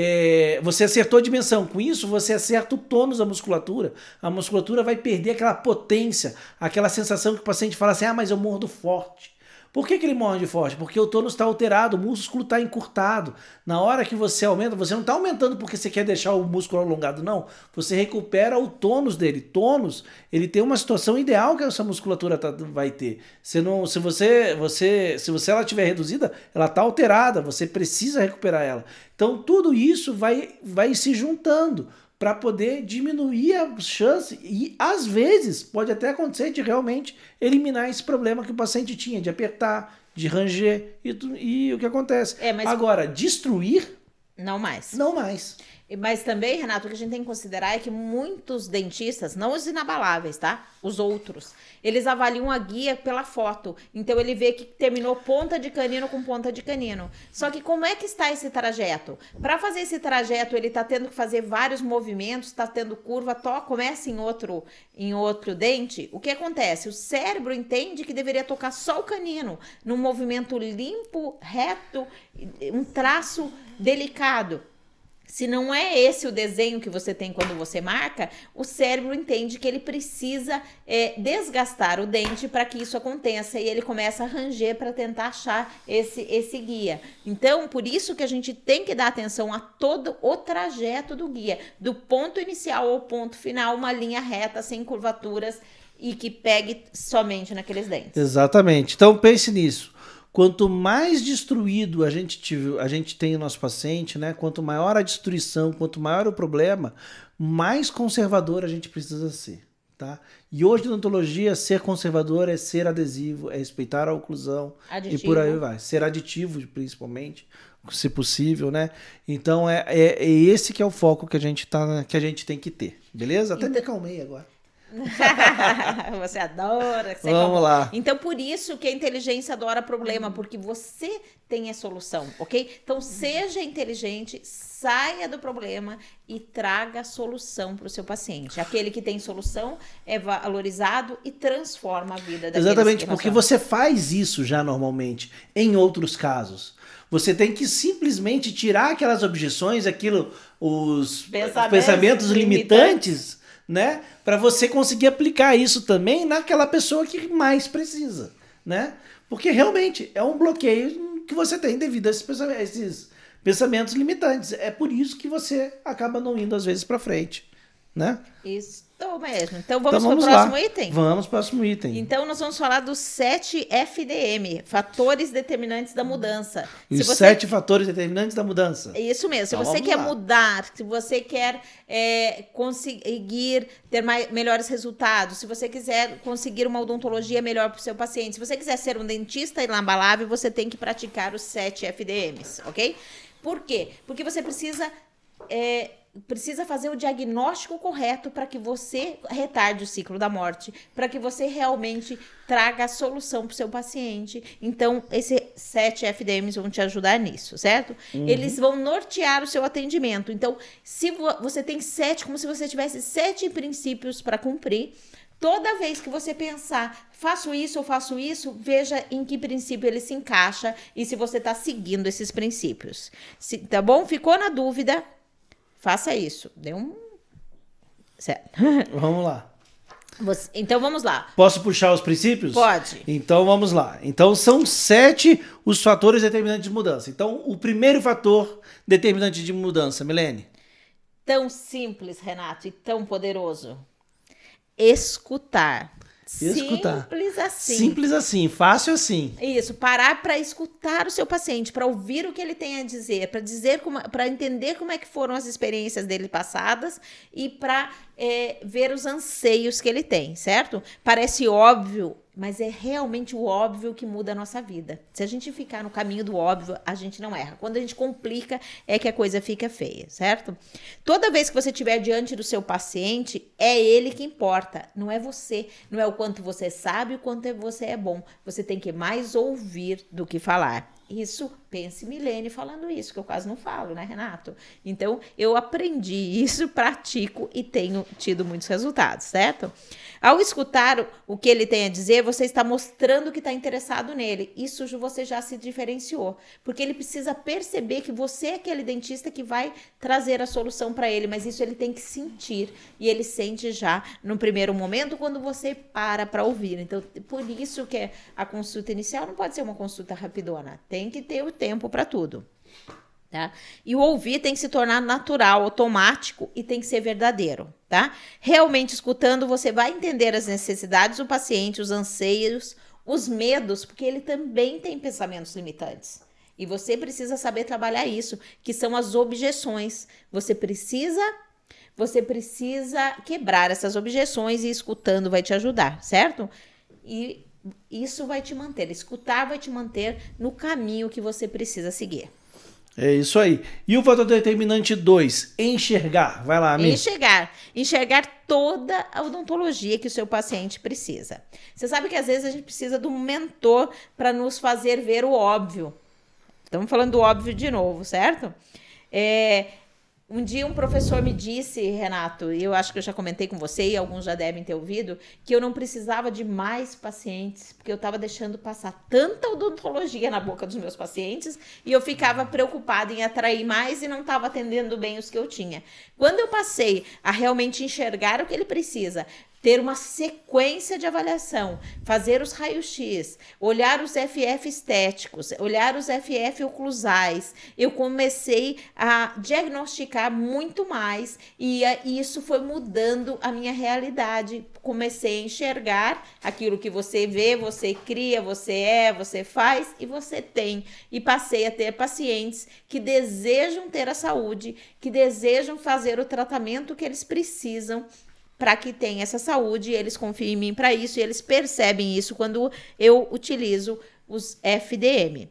É, você acertou a dimensão, com isso você acerta o tônus da musculatura, a musculatura vai perder aquela potência, aquela sensação que o paciente fala assim, ah, mas eu mordo forte. Por que que ele morde forte? Porque o tônus está alterado, o músculo está encurtado. Na hora que você aumenta, você não está aumentando porque você quer deixar o músculo alongado, não. Você recupera o tônus dele. Tônus, ele tem uma situação ideal que essa musculatura tá, vai ter. Se, não, se, você, você, se você ela estiver reduzida, ela está alterada, você precisa recuperar ela. Então tudo isso vai, vai se juntando para poder diminuir a chance e às vezes pode até acontecer de realmente eliminar esse problema que o paciente tinha, de apertar, de ranger e, e o que acontece. É, mas... Agora, destruir... Não mais. Não mais. Mas também, Renato, o que a gente tem que considerar é que muitos dentistas, não os inabaláveis, tá? Os outros, eles avaliam a guia pela foto. Então ele vê que terminou ponta de canino com ponta de canino. Só que como é que está esse trajeto? Para fazer esse trajeto, ele tá tendo que fazer vários movimentos, tá tendo curva, to, começa em outro, em outro dente. O que acontece? O cérebro entende que deveria tocar só o canino, num movimento limpo, reto, um traço delicado. Se não é esse o desenho que você tem quando você marca, o cérebro entende que ele precisa é, desgastar o dente para que isso aconteça e ele começa a ranger para tentar achar esse, esse guia. Então, por isso que a gente tem que dar atenção a todo o trajeto do guia, do ponto inicial ao ponto final, uma linha reta, sem curvaturas e que pegue somente naqueles dentes. Exatamente. Então, pense nisso. Quanto mais destruído a gente, tive, a gente tem o nosso paciente, né? Quanto maior a destruição, quanto maior o problema, mais conservador a gente precisa ser, tá? E hoje, na odontologia, ser conservador é ser adesivo, é respeitar a oclusão aditivo. E por aí vai. Ser aditivo, principalmente, se possível, né? Então, é, é, é esse que é o foco que a gente, tá, que a gente tem que ter, beleza? Até então... me acalmei agora. Você adora. Você Vamos lá. Então, por isso que a inteligência adora problema, porque você tem a solução, ok? Então, seja inteligente, saia do problema e traga a solução para o seu paciente. Aquele que tem solução é valorizado e transforma a vida daquele. Exatamente, porque você faz isso já normalmente em outros casos. Você tem que simplesmente tirar aquelas objeções, aquilo, os pensamentos, pensamentos limitantes, limitantes né, para você conseguir aplicar isso também naquela pessoa que mais precisa, né? Porque realmente é um bloqueio que você tem devido a esses pensamentos, esses pensamentos limitantes. É por isso que você acaba não indo às vezes para frente, né? Isso. Tô mesmo. Então vamos, Então, vamos para o próximo lá. item? Vamos para o próximo item. Então nós vamos falar dos sete F D M, fatores determinantes da mudança. Os Se você... sete fatores determinantes da mudança. É isso mesmo. Se Então, você vamos quer lá. mudar, se você quer é, conseguir ter mais, melhores resultados, se você quiser conseguir uma odontologia melhor para o seu paciente, se você quiser ser um dentista inabalável, você tem que praticar os sete F D Ms, ok? Por quê? Porque você precisa... É, precisa fazer o diagnóstico correto para que você retarde o ciclo da morte, para que você realmente traga a solução para o seu paciente. Então, esses sete F D Ms vão te ajudar nisso, certo? Uhum. Eles vão nortear o seu atendimento. Então, se você tem sete, como se você tivesse sete princípios para cumprir, toda vez que você pensar, faço isso ou faço isso, veja em que princípio ele se encaixa e se você está seguindo esses princípios. Se, tá bom? Ficou na dúvida? Faça isso. Deu um... Certo. Vamos lá. Você... Então, vamos lá. Posso puxar os princípios? Pode. Então, vamos lá. Então, são sete os fatores determinantes de mudança. Então, o primeiro fator determinante de mudança, Milene? Tão simples, Renato, e tão poderoso. Escutar. Escutar. Simples assim. Simples assim, fácil assim. Isso, parar para escutar o seu paciente, para ouvir o que ele tem a dizer, para dizer como, para entender como é que foram as experiências dele passadas e para é, ver os anseios que ele tem, certo? Parece óbvio, mas é realmente o óbvio que muda a nossa vida. Se a gente ficar no caminho do óbvio, a gente não erra. Quando a gente complica, é que a coisa fica feia, certo? Toda vez que você estiver diante do seu paciente, é ele que importa, não é você. Não é o quanto você sabe, o quanto você é bom. Você tem que mais ouvir do que falar. Isso, pense Milene falando isso, que eu quase não falo, né, Renato? Então, eu aprendi isso, pratico e tenho tido muitos resultados, certo? Ao escutar o que ele tem a dizer, você está mostrando que está interessado nele. Isso você já se diferenciou, porque ele precisa perceber que você é aquele dentista que vai trazer a solução para ele, mas isso ele tem que sentir, e ele sente já no primeiro momento quando você para para ouvir. Então, por isso que a consulta inicial não pode ser uma consulta rapidona, tem que ter o tempo para tudo. Tá? E o ouvir tem que se tornar natural, automático e tem que ser verdadeiro, tá? Realmente escutando, você vai entender as necessidades do paciente, os anseios, os medos, porque ele também tem pensamentos limitantes. E você precisa saber trabalhar isso, que são as objeções. Você precisa, você precisa quebrar essas objeções e escutando vai te ajudar, certo? E isso vai te manter, escutar vai te manter no caminho que você precisa seguir. É isso aí. E o fator determinante dois, enxergar. Vai lá, Ami. Enxergar. Enxergar toda a odontologia que o seu paciente precisa. Você sabe que às vezes a gente precisa de um mentor para nos fazer ver o óbvio. Estamos falando do óbvio de novo, certo? É... Um dia um professor me disse, Renato, e eu acho que eu já comentei com você e alguns já devem ter ouvido, que eu não precisava de mais pacientes, porque eu estava deixando passar tanta odontologia na boca dos meus pacientes e eu ficava preocupada em atrair mais e não estava atendendo bem os que eu tinha. Quando eu passei a realmente enxergar o que ele precisa, ter uma sequência de avaliação, fazer os raios-x, olhar os F F estéticos, olhar os F F oclusais. Eu comecei a diagnosticar muito mais e isso foi mudando a minha realidade. Comecei a enxergar aquilo que você vê, você cria, você é, você faz e você tem. E passei a ter pacientes que desejam ter a saúde, que desejam fazer o tratamento que eles precisam para que tenha essa saúde, e eles confiam em mim para isso, e eles percebem isso quando eu utilizo os F D M,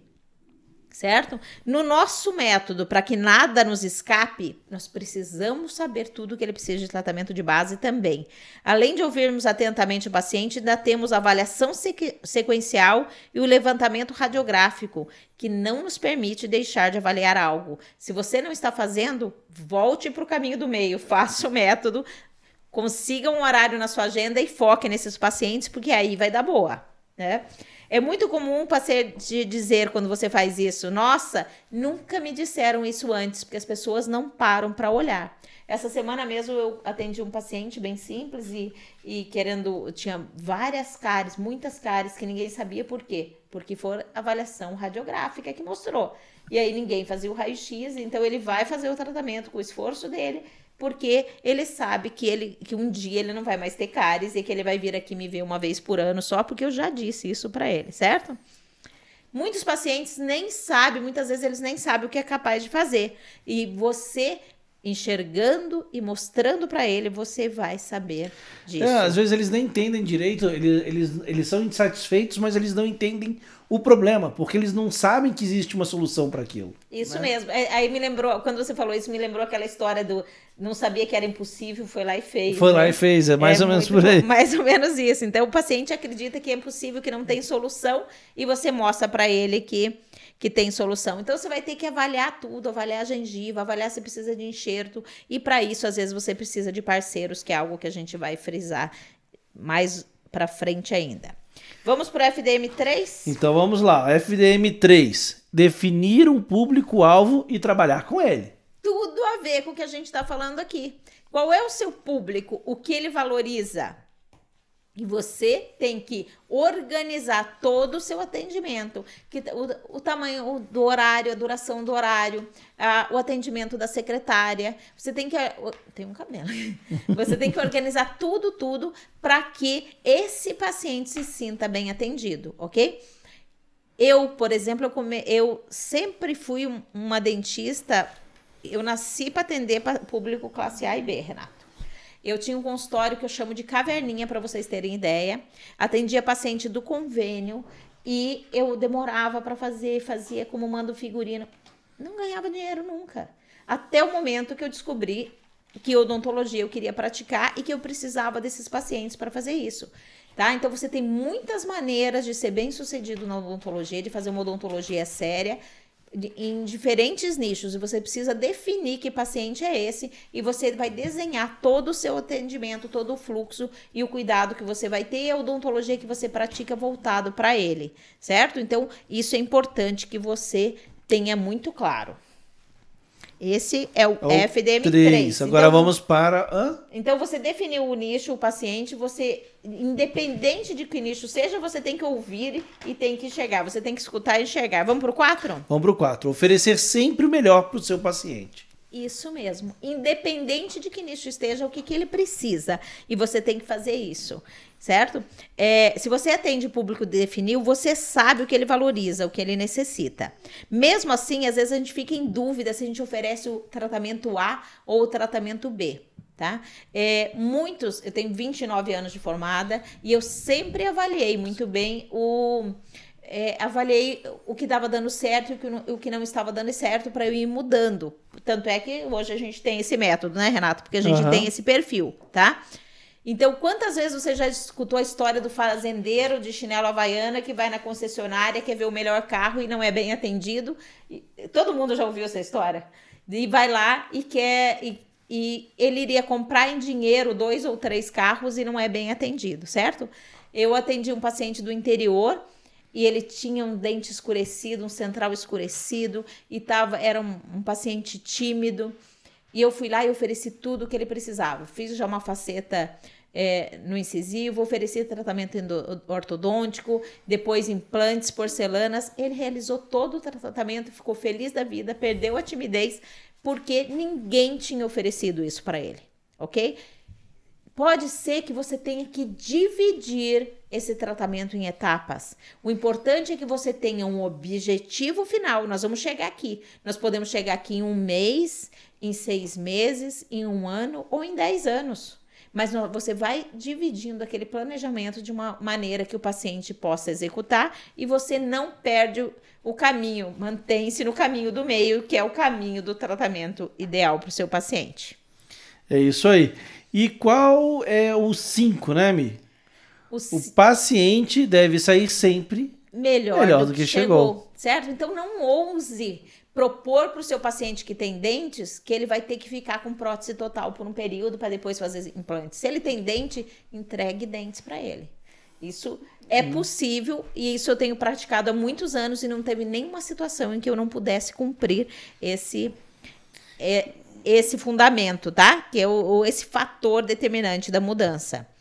certo? No nosso método, para que nada nos escape, nós precisamos saber tudo que ele precisa de tratamento de base também. Além de ouvirmos atentamente o paciente, ainda temos a avaliação sequ- sequencial e o levantamento radiográfico, que não nos permite deixar de avaliar algo. Se você não está fazendo, volte para o caminho do meio, faça o método, consiga um horário na sua agenda e foque nesses pacientes, porque aí vai dar boa, né? É muito comum o paciente dizer quando você faz isso, nossa, nunca me disseram isso antes, porque as pessoas não param para olhar. Essa semana mesmo eu atendi um paciente bem simples e, e querendo, tinha várias cáries, muitas cáries que ninguém sabia por quê, porque foi avaliação radiográfica que mostrou. E aí ninguém fazia o raio-x, então ele vai fazer o tratamento com o esforço dele, porque ele sabe que, ele, que um dia ele não vai mais ter cáries e que ele vai vir aqui me ver uma vez por ano só, porque eu já disse isso para ele, certo? Muitos pacientes nem sabem, muitas vezes eles nem sabem o que é capaz de fazer. E você, enxergando e mostrando para ele, você vai saber disso. É, às vezes eles nem entendem direito, eles, eles, eles são insatisfeitos, mas eles não entendem o problema, porque eles não sabem que existe uma solução para aquilo. Isso né? mesmo. Aí me lembrou, quando você falou isso, me lembrou aquela história do não sabia que era impossível, foi lá e fez. Foi né? lá e fez, é mais é ou menos muito por aí. bom, mais ou menos isso. Então o paciente acredita que é impossível, que não tem solução, e você mostra para ele que, que tem solução. Então você vai ter que avaliar tudo, avaliar a gengiva, avaliar se precisa de enxerto, e para isso às vezes você precisa de parceiros, que é algo que a gente vai frisar mais para frente ainda. Vamos para o F D M três? Então vamos lá, F D M três, definir um público-alvo e trabalhar com ele. Tudo a ver com o que a gente está falando aqui. Qual é o seu público? O que ele valoriza? E você tem que organizar todo o seu atendimento, que, o, o tamanho do horário, a duração do horário, a, o atendimento da secretária. Você tem que... Tem um cabelo. Você tem que organizar tudo, tudo, para que esse paciente se sinta bem atendido, ok? Eu, por exemplo, eu, come, eu sempre fui um, uma dentista... Eu nasci para atender pra público classe A e B, Renato. Eu tinha um consultório que eu chamo de caverninha, para vocês terem ideia. Atendia paciente do convênio e eu demorava para fazer, fazia como manda o figurino. Não ganhava dinheiro nunca. Até o momento que eu descobri que odontologia eu queria praticar e que eu precisava desses pacientes para fazer isso. Tá? Então você tem muitas maneiras de ser bem sucedido na odontologia, de fazer uma odontologia séria, em diferentes nichos, e você precisa definir que paciente é esse, e você vai desenhar todo o seu atendimento, todo o fluxo e o cuidado que você vai ter e a odontologia que você pratica voltado para ele, certo? Então, isso é importante que você tenha muito claro. Esse é o, é o F D M três. Agora então, vamos para... Hã? Então, você definiu o nicho, o paciente, você, independente de que nicho seja, você tem que ouvir e tem que enxergar. Você tem que escutar e enxergar. Vamos para o quatro? Vamos para o quatro. Oferecer sempre o melhor para o seu paciente. Isso mesmo. Independente de que nicho esteja, o que, que ele precisa. E você tem que fazer isso, certo? É, se você atende o público definiu, você sabe o que ele valoriza, o que ele necessita. Mesmo assim, às vezes a gente fica em dúvida se a gente oferece o tratamento A ou o tratamento B. Tá? É, muitos, eu tenho vinte e nove anos de formada e eu sempre avaliei muito bem o... É, avaliei o que estava dando certo e o que não, o que não estava dando certo para eu ir mudando. Tanto é que hoje a gente tem esse método, né, Renato? Porque a gente uhum. tem esse perfil, tá? Então, quantas vezes você já escutou a história do fazendeiro de chinelo havaiana que vai na concessionária, quer ver o melhor carro e não é bem atendido? E, todo mundo já ouviu essa história? E vai lá e quer... E, e ele iria comprar em dinheiro dois ou três carros e não é bem atendido, certo? Eu atendi um paciente do interior... E ele tinha um dente escurecido, um central escurecido, e tava, era um, um paciente tímido. E eu fui lá e ofereci tudo o que ele precisava. Fiz já uma faceta é, no incisivo, ofereci tratamento ortodôntico, depois implantes, porcelanas. Ele realizou todo o tratamento, ficou feliz da vida, perdeu a timidez, porque ninguém tinha oferecido isso para ele, ok? Pode ser que você tenha que dividir esse tratamento em etapas. O importante é que você tenha um objetivo final. Nós vamos chegar aqui. Nós podemos chegar aqui em um mês, em seis meses, em um ano ou em dez anos. Mas você vai dividindo aquele planejamento de uma maneira que o paciente possa executar e você não perde o caminho. Mantém-se no caminho do meio, que é o caminho do tratamento ideal para o seu paciente. É isso aí. E qual é o cinco, né, Mi? O, c... o paciente deve sair sempre melhor, melhor do, do que, que chegou, chegou. Certo? Então não ouse propor para o seu paciente que tem dentes que ele vai ter que ficar com prótese total por um período para depois fazer implante. Se ele tem dente, entregue dentes para ele. Isso é hum. possível e isso eu tenho praticado há muitos anos e não teve nenhuma situação em que eu não pudesse cumprir esse... É, esse fundamento, tá? Que é o, esse fator determinante da mudança.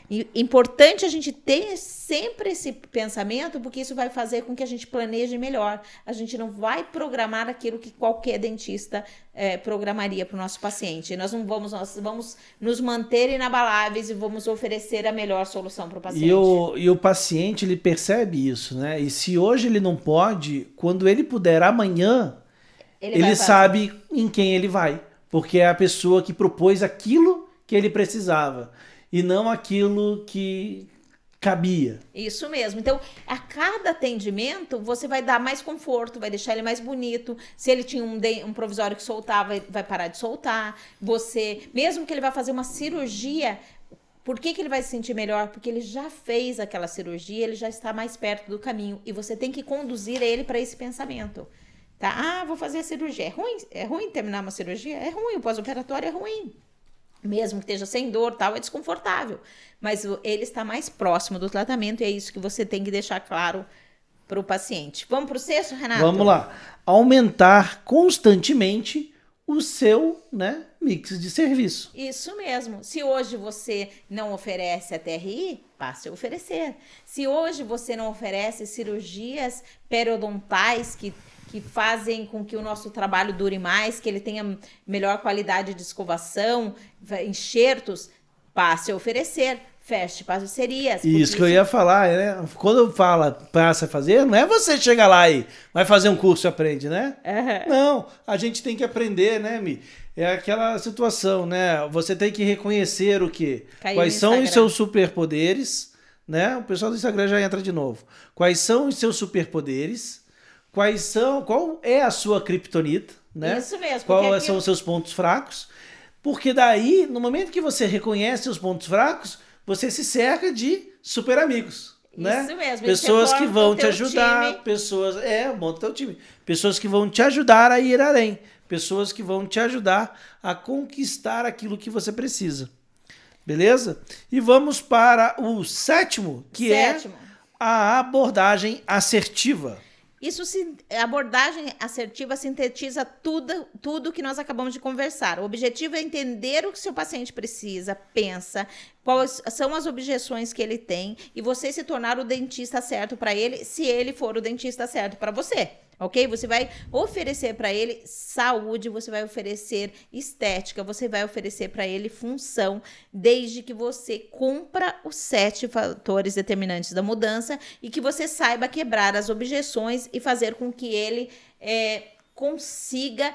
E importante a gente ter sempre esse pensamento, porque isso vai fazer com que a gente planeje melhor. A gente não vai programar aquilo que qualquer dentista é, programaria para o nosso paciente. Nós não vamos, nós vamos nos manter inabaláveis e vamos oferecer a melhor solução para o paciente. E o, e o paciente, ele percebe isso, né? E se hoje ele não pode, quando ele puder amanhã, ele, ele sabe em quem ele vai. Porque é a pessoa que propôs aquilo que ele precisava e não aquilo que cabia. Isso mesmo. Então, a cada atendimento, você vai dar mais conforto, vai deixar ele mais bonito. Se ele tinha um, de, um provisório que soltava, vai parar de soltar. Você, mesmo que ele vá fazer uma cirurgia, por que que ele vai se sentir melhor? Porque ele já fez aquela cirurgia, ele já está mais perto do caminho. E você tem que conduzir ele para esse pensamento. Tá? Ah, vou fazer a cirurgia. É ruim? É ruim terminar uma cirurgia? É ruim. O pós-operatório é ruim. Mesmo que esteja sem dor, tal, é desconfortável. Mas ele está mais próximo do tratamento e é isso que você tem que deixar claro para o paciente. Vamos para o sexto, Renato? Vamos lá. Aumentar constantemente o seu, né, mix de serviço. Isso mesmo. Se hoje você não oferece a T R I, passe a oferecer. Se hoje você não oferece cirurgias periodontais que que fazem com que o nosso trabalho dure mais, que ele tenha melhor qualidade de escovação, enxertos, passe a oferecer, feche parcerias. Isso que isso... eu ia falar, né? Quando fala passa a fazer, não é você chegar lá e vai fazer um curso e aprende, né? Uhum. Não, a gente tem que aprender, né, Mi? É aquela situação, né? Você tem que reconhecer o quê? Caiu Quais são os seus superpoderes, né? O pessoal do Instagram já entra de novo. Quais são os seus superpoderes? Quais são, qual é a sua criptonita, né? Isso mesmo. Quais aqui... são os seus pontos fracos? Porque daí, no momento que você reconhece os pontos fracos, você se cerca de super amigos, né? Isso mesmo. Pessoas que vão te ajudar, time. pessoas, é, monta teu time. Pessoas que vão te ajudar a ir além, pessoas que vão te ajudar a conquistar aquilo que você precisa. Beleza? E vamos para o sétimo, que sétimo. é a abordagem assertiva. Isso, a abordagem assertiva sintetiza tudo, tudo que nós acabamos de conversar. O objetivo é entender o que seu paciente precisa, pensa, quais são as objeções que ele tem e você se tornar o dentista certo para ele, se ele for o dentista certo para você. Ok? Você vai oferecer para ele saúde, você vai oferecer estética, você vai oferecer para ele função, desde que você cumpra os sete fatores determinantes da mudança e que você saiba quebrar as objeções e fazer com que ele é, consiga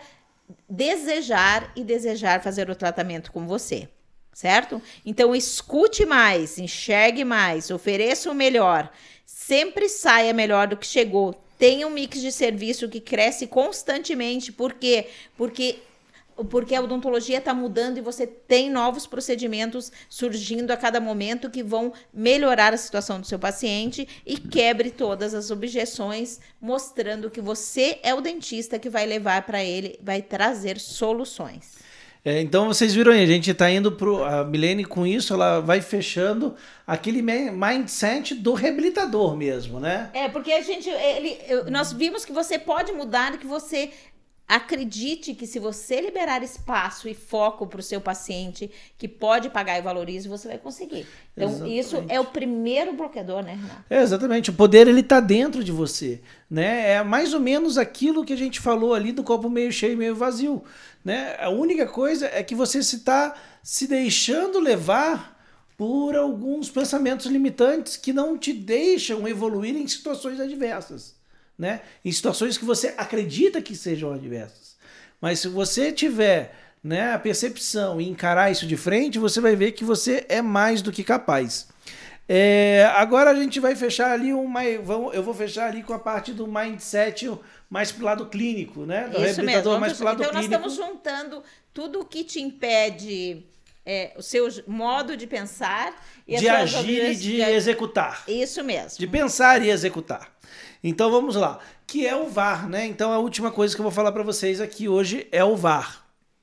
desejar e desejar fazer o tratamento com você. Certo? Então, escute mais, enxergue mais, ofereça o melhor, sempre saia melhor do que chegou. Tenha um mix de serviço que cresce constantemente. Por quê? Porque, porque a odontologia está mudando e você tem novos procedimentos surgindo a cada momento que vão melhorar a situação do seu paciente e quebre todas as objeções, mostrando que você é o dentista que vai levar para ele, vai trazer soluções. É, então vocês viram aí, a gente está indo pro a Milene com isso, ela vai fechando aquele mindset do reabilitador mesmo, né? É, porque a gente, ele, nós vimos que você pode mudar, que você acredite que se você liberar espaço e foco para o seu paciente que pode pagar e valoriza, você vai conseguir. Então, exatamente. Isso é o primeiro bloqueador, né, Renato? É, exatamente. O poder, ele tá dentro de você, né? É mais ou menos aquilo que a gente falou ali do copo meio cheio e meio vazio, né? A única coisa é que você se está se deixando levar por alguns pensamentos limitantes que não te deixam evoluir em situações adversas. Né? Em situações que você acredita que sejam adversas. Mas se você tiver, né, a percepção e encarar isso de frente, você vai ver que você é mais do que capaz. É, agora a gente vai fechar ali uma, eu vou fechar ali com a parte do mindset mais pro lado clínico, né? Do isso mesmo. Mais pro lado então clínico. Nós estamos juntando tudo o que te impede, é, o seu modo de pensar e de agir e de, de executar. Isso mesmo. De pensar e executar. Então vamos lá, que é o V A R, né? Então a última coisa que eu vou falar para vocês aqui hoje é o V A R.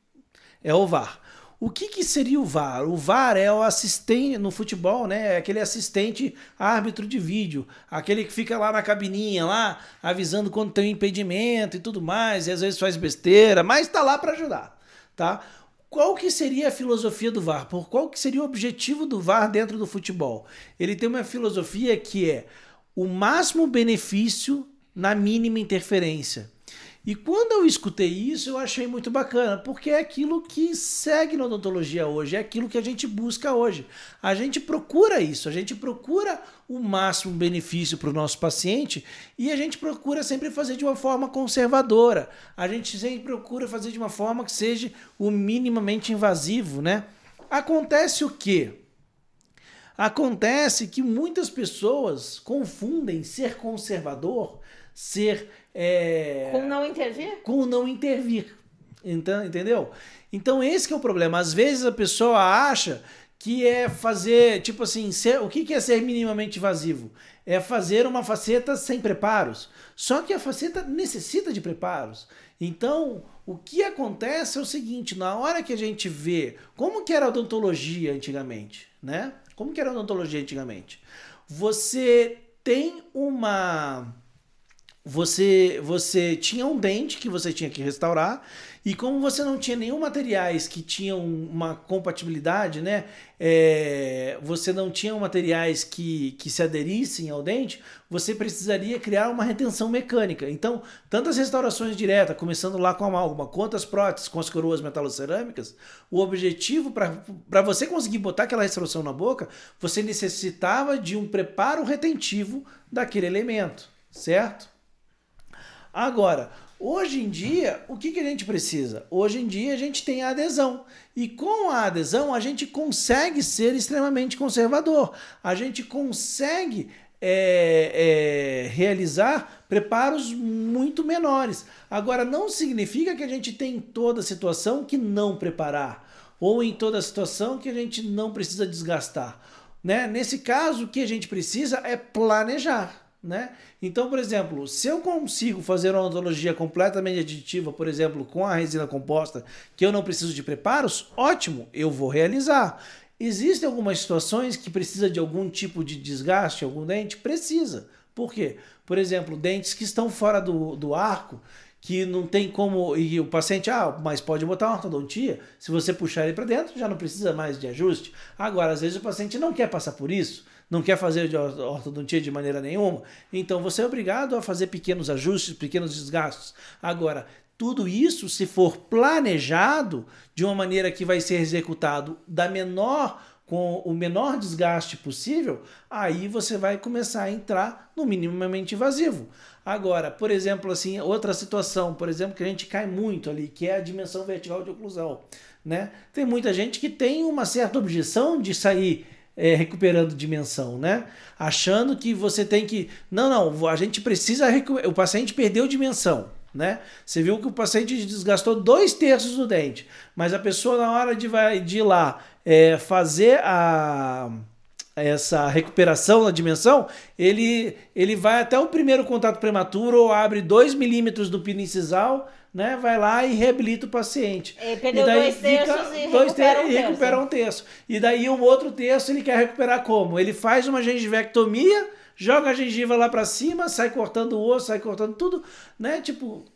É o V A R. O que, que seria o V A R? O V A R é o assistente no futebol, né? É aquele assistente árbitro de vídeo, aquele que fica lá na cabininha, lá, avisando quando tem um impedimento e tudo mais, e às vezes faz besteira, mas tá lá para ajudar, tá? qual que seria a filosofia do V A R? Por qual que seria o objetivo do V A R dentro do futebol? Ele tem uma filosofia que é o máximo benefício na mínima interferência. E quando eu escutei isso, eu achei muito bacana, porque é aquilo que segue na odontologia hoje, é aquilo que a gente busca hoje. A gente procura isso, a gente procura o máximo benefício para o nosso paciente e a gente procura sempre fazer de uma forma conservadora. A gente sempre procura fazer de uma forma que seja o minimamente invasivo, né? Acontece o quê? Acontece que muitas pessoas confundem ser conservador, ser... É, com não intervir? Com não intervir. Então, entendeu? Então esse que é o problema. Às vezes a pessoa acha que é fazer, tipo assim, ser, o que é ser minimamente invasivo? É fazer uma faceta sem preparos. Só que a faceta necessita de preparos. Então, o que acontece é o seguinte, na hora que a gente vê como que era a odontologia antigamente, né? Como que era a odontologia antigamente? Você tem uma... Você, você tinha um dente que você tinha que restaurar e como você não tinha nenhum materiais que tinham uma compatibilidade, né? É, você não tinha materiais que, que se aderissem ao dente, você precisaria criar uma retenção mecânica. Então, tanto as restaurações diretas, começando lá com a amálgama, quanto as próteses com as coroas metalocerâmicas, o objetivo para você conseguir botar aquela restauração na boca, você necessitava de um preparo retentivo daquele elemento, certo? Agora, hoje em dia, o que, que a gente precisa? Hoje em dia a gente tem a adesão. E com a adesão a gente consegue ser extremamente conservador. A gente consegue é, é, realizar preparos muito menores. Agora, não significa que a gente tem em toda situação que não preparar. Ou em toda situação que a gente não precisa desgastar. Né? Nesse caso, o que a gente precisa é planejar. Né? Então, por exemplo, se eu consigo fazer uma odontologia completamente aditiva, por exemplo, com a resina composta, que eu não preciso de preparos, ótimo, eu vou realizar. Existem algumas situações que precisa de algum tipo de desgaste, algum dente? Precisa. Por quê? Por exemplo, dentes que estão fora do, do arco, que não tem como... E o paciente, ah, mas pode botar uma ortodontia, se você puxar ele para dentro, já não precisa mais de ajuste. Agora, às vezes o paciente não quer passar por isso, não quer fazer de ortodontia de maneira nenhuma, então você é obrigado a fazer pequenos ajustes, pequenos desgastes. Agora, tudo isso, se for planejado de uma maneira que vai ser executado da menor, com o menor desgaste possível, aí você vai começar a entrar no minimamente invasivo. Agora, por exemplo, assim, outra situação, por exemplo, que a gente cai muito ali, que é a dimensão vertical de oclusão, né? Tem muita gente que tem uma certa objeção de sair É, recuperando dimensão, né? Achando que você tem que... Não, não, a gente precisa... Recu... O paciente perdeu dimensão, né? Você viu que o paciente desgastou dois terços do dente, mas a pessoa na hora de, vai, de ir lá é, fazer a... essa recuperação da dimensão, ele, ele vai até o primeiro contato prematuro ou abre dois milímetros do pino incisal, né, vai lá e reabilita o paciente. Ele perdeu e daí dois terços e dois recupera, ter um e recupera um terço. E daí o outro terço ele quer recuperar como? Ele faz uma gengivectomia, joga a gengiva lá para cima, sai cortando o osso, sai cortando tudo, né? Tipo,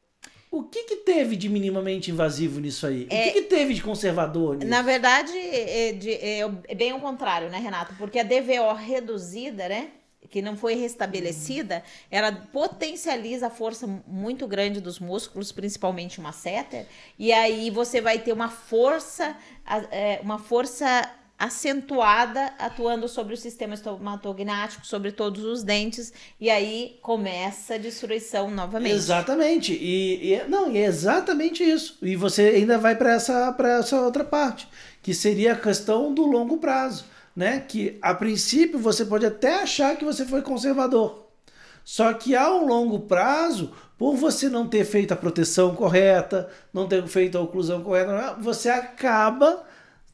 o que que teve de minimamente invasivo nisso aí? É, o que que teve de conservador nisso? Na verdade, é, de, é, é bem o contrário, né, Renato? Porque a D V O reduzida, né? Que não foi restabelecida, ela potencializa a força muito grande dos músculos, principalmente o masseter, e aí você vai ter uma força, uma força acentuada atuando sobre o sistema estomatognático, sobre todos os dentes, e aí começa a destruição novamente. Exatamente, e, e não, e é exatamente isso. E você ainda vai para essa, para essa outra parte, que seria a questão do longo prazo. Né? Que a princípio você pode até achar que você foi conservador, só que ao longo prazo, por você não ter feito a proteção correta, não ter feito a oclusão correta, você acaba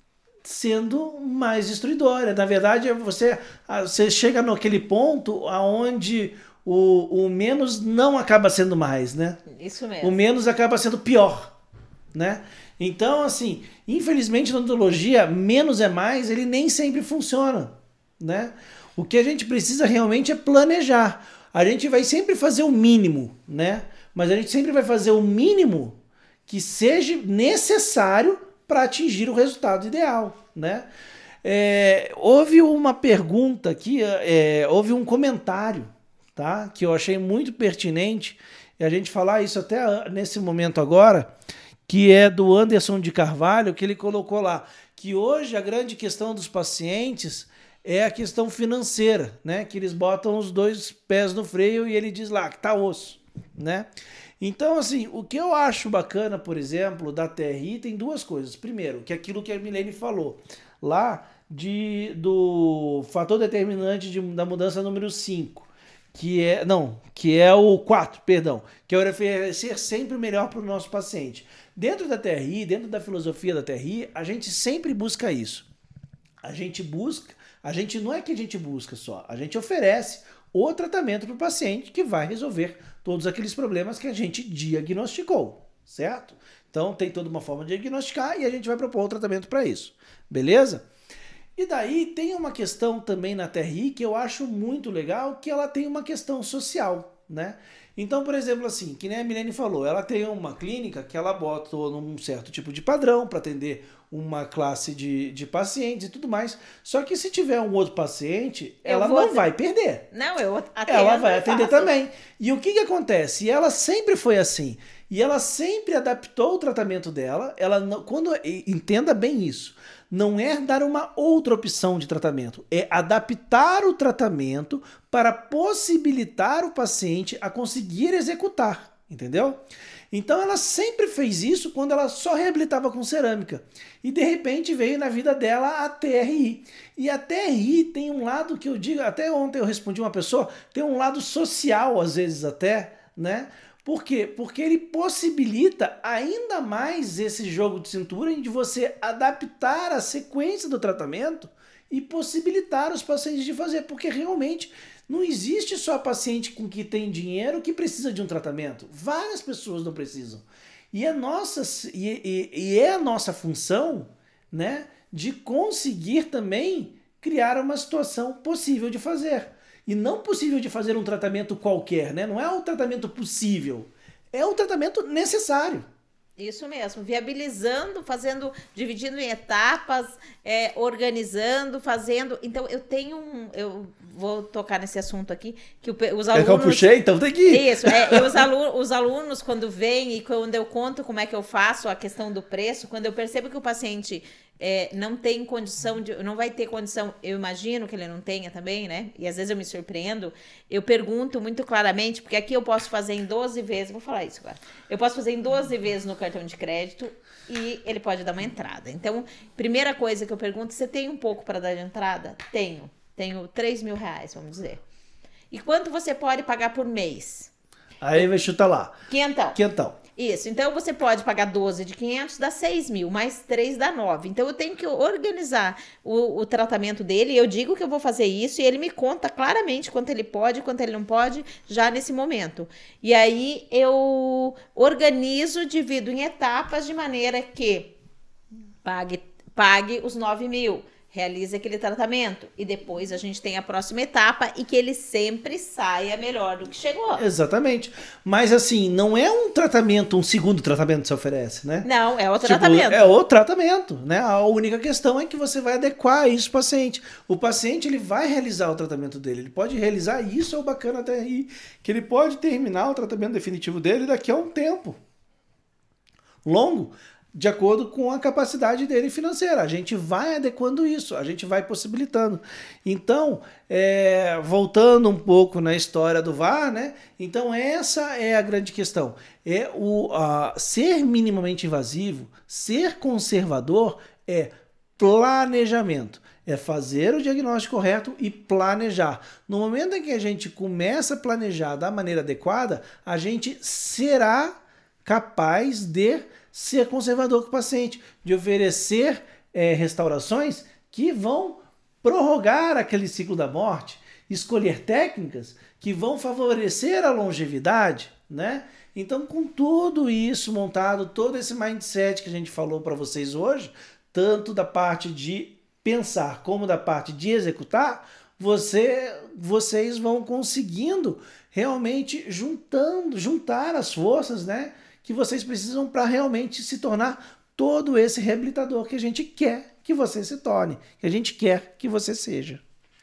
sendo mais destruidora. Na verdade, você, você chega naquele ponto onde o, o menos não acaba sendo mais, né? Isso mesmo. O menos acaba sendo pior, né? Então, assim, infelizmente na odontologia, menos é mais, ele nem sempre funciona, né? O que a gente precisa realmente é planejar. A gente vai sempre fazer o mínimo, né? Mas a gente sempre vai fazer o mínimo que seja necessário para atingir o resultado ideal, né? É, houve uma pergunta aqui, é, houve um comentário, tá? Que eu achei muito pertinente, e a gente falar isso até nesse momento agora, que é do Anderson de Carvalho, que ele colocou lá, que hoje a grande questão dos pacientes é a questão financeira, né? Que eles botam os dois pés no freio e ele diz lá que tá osso, né? Então, assim, o que eu acho bacana, por exemplo, da T R I tem duas coisas. Primeiro, que é aquilo que a Milene falou lá de, do fator determinante de, da mudança número cinco, que é, não, que é o quatro, perdão, que é oferecer sempre o melhor para o nosso paciente. Dentro da T R I, dentro da filosofia da T R I, a gente sempre busca isso. A gente busca, a gente não é que a gente busca só, a gente oferece o tratamento para o paciente que vai resolver todos aqueles problemas que a gente diagnosticou, certo? Então tem toda uma forma de diagnosticar e a gente vai propor o tratamento para isso, beleza? E daí tem uma questão também na T R I que eu acho muito legal, que ela tem uma questão social, né? Então, por exemplo, assim, que nem a Milene falou, ela tem uma clínica que ela botou num certo tipo de padrão para atender uma classe de, de pacientes e tudo mais. Só que se tiver um outro paciente, Eu ela vou não atender. vai perder. Não, eu atendo. Ela vai e atender faço. também. E o que que acontece? E ela sempre foi assim. E ela sempre adaptou o tratamento dela. Ela não, quando entenda bem isso, não é dar uma outra opção de tratamento, é adaptar o tratamento para possibilitar o paciente a conseguir executar, entendeu? Então ela sempre fez isso quando ela só reabilitava com cerâmica. E de repente veio na vida dela a T R I. E a T R I tem um lado que eu digo, até ontem eu respondi uma pessoa, tem um lado social às vezes até, né? Por quê? Porque ele possibilita ainda mais esse jogo de cintura de você adaptar a sequência do tratamento e possibilitar os pacientes de fazer, porque realmente não existe só paciente com que tem dinheiro que precisa de um tratamento. Várias pessoas não precisam. E é, nossa, e, e, e é a nossa função, né, de conseguir também criar uma situação possível de fazer. E não possível de fazer um tratamento qualquer, né? Não é um tratamento possível, é um tratamento necessário. Isso mesmo, viabilizando, fazendo, dividindo em etapas, é, organizando, fazendo. Então, eu tenho um. Eu vou tocar nesse assunto aqui, que o, os alunos. É que eu puxei, então tem que ir. Isso, é, os, alunos, os alunos, quando vêm e quando eu conto como é que eu faço a questão do preço, quando eu percebo que o paciente. É, não tem condição de, não vai ter condição, eu imagino que ele não tenha também, né? E às vezes eu me surpreendo, eu pergunto muito claramente, porque aqui eu posso fazer em doze vezes, vou falar isso agora, eu posso fazer em doze vezes no cartão de crédito e ele pode dar uma entrada. Então, primeira coisa que eu pergunto, você tem um pouco para dar de entrada? Tenho, tenho três mil reais, vamos dizer. E quanto você pode pagar por mês? Aí vai chutar lá. Quinhentão. Quinhentão. Isso, então você pode pagar doze de quinhentos, dá seis mil, mais três dá nove. Então eu tenho que organizar o, o tratamento dele, eu digo que eu vou fazer isso e ele me conta claramente quanto ele pode, quanto ele não pode, já nesse momento. E aí eu organizo, divido em etapas de maneira que pague, pague os nove mil. Realize aquele tratamento e depois a gente tem a próxima etapa e que ele sempre saia melhor do que chegou. Exatamente. Mas assim, não é um tratamento, um segundo tratamento que se oferece, né? Não, é o Tipo, tratamento. é o tratamento, né? A única questão é que você vai adequar isso ao paciente. O paciente, ele vai realizar o tratamento dele, ele pode realizar, isso é o bacana até aí, que ele pode terminar o tratamento definitivo dele daqui a um tempo longo, de acordo com a capacidade dele financeira. A gente vai adequando isso, a gente vai possibilitando. Então, é, voltando um pouco na história do V A R, né? Então essa é a grande questão. É o a, ser minimamente invasivo, ser conservador é planejamento. É fazer o diagnóstico correto e planejar. No momento em que a gente começa a planejar da maneira adequada, a gente será capaz de ser conservador com o paciente, de oferecer é, restaurações que vão prorrogar aquele ciclo da morte, escolher técnicas que vão favorecer a longevidade, né? Então, com tudo isso montado, todo esse mindset que a gente falou para vocês hoje, tanto da parte de pensar como da parte de executar, você, vocês vão conseguindo realmente juntando, juntar as forças, né, que vocês precisam para realmente se tornar todo esse reabilitador que a gente quer que você se torne, que a gente quer que você seja.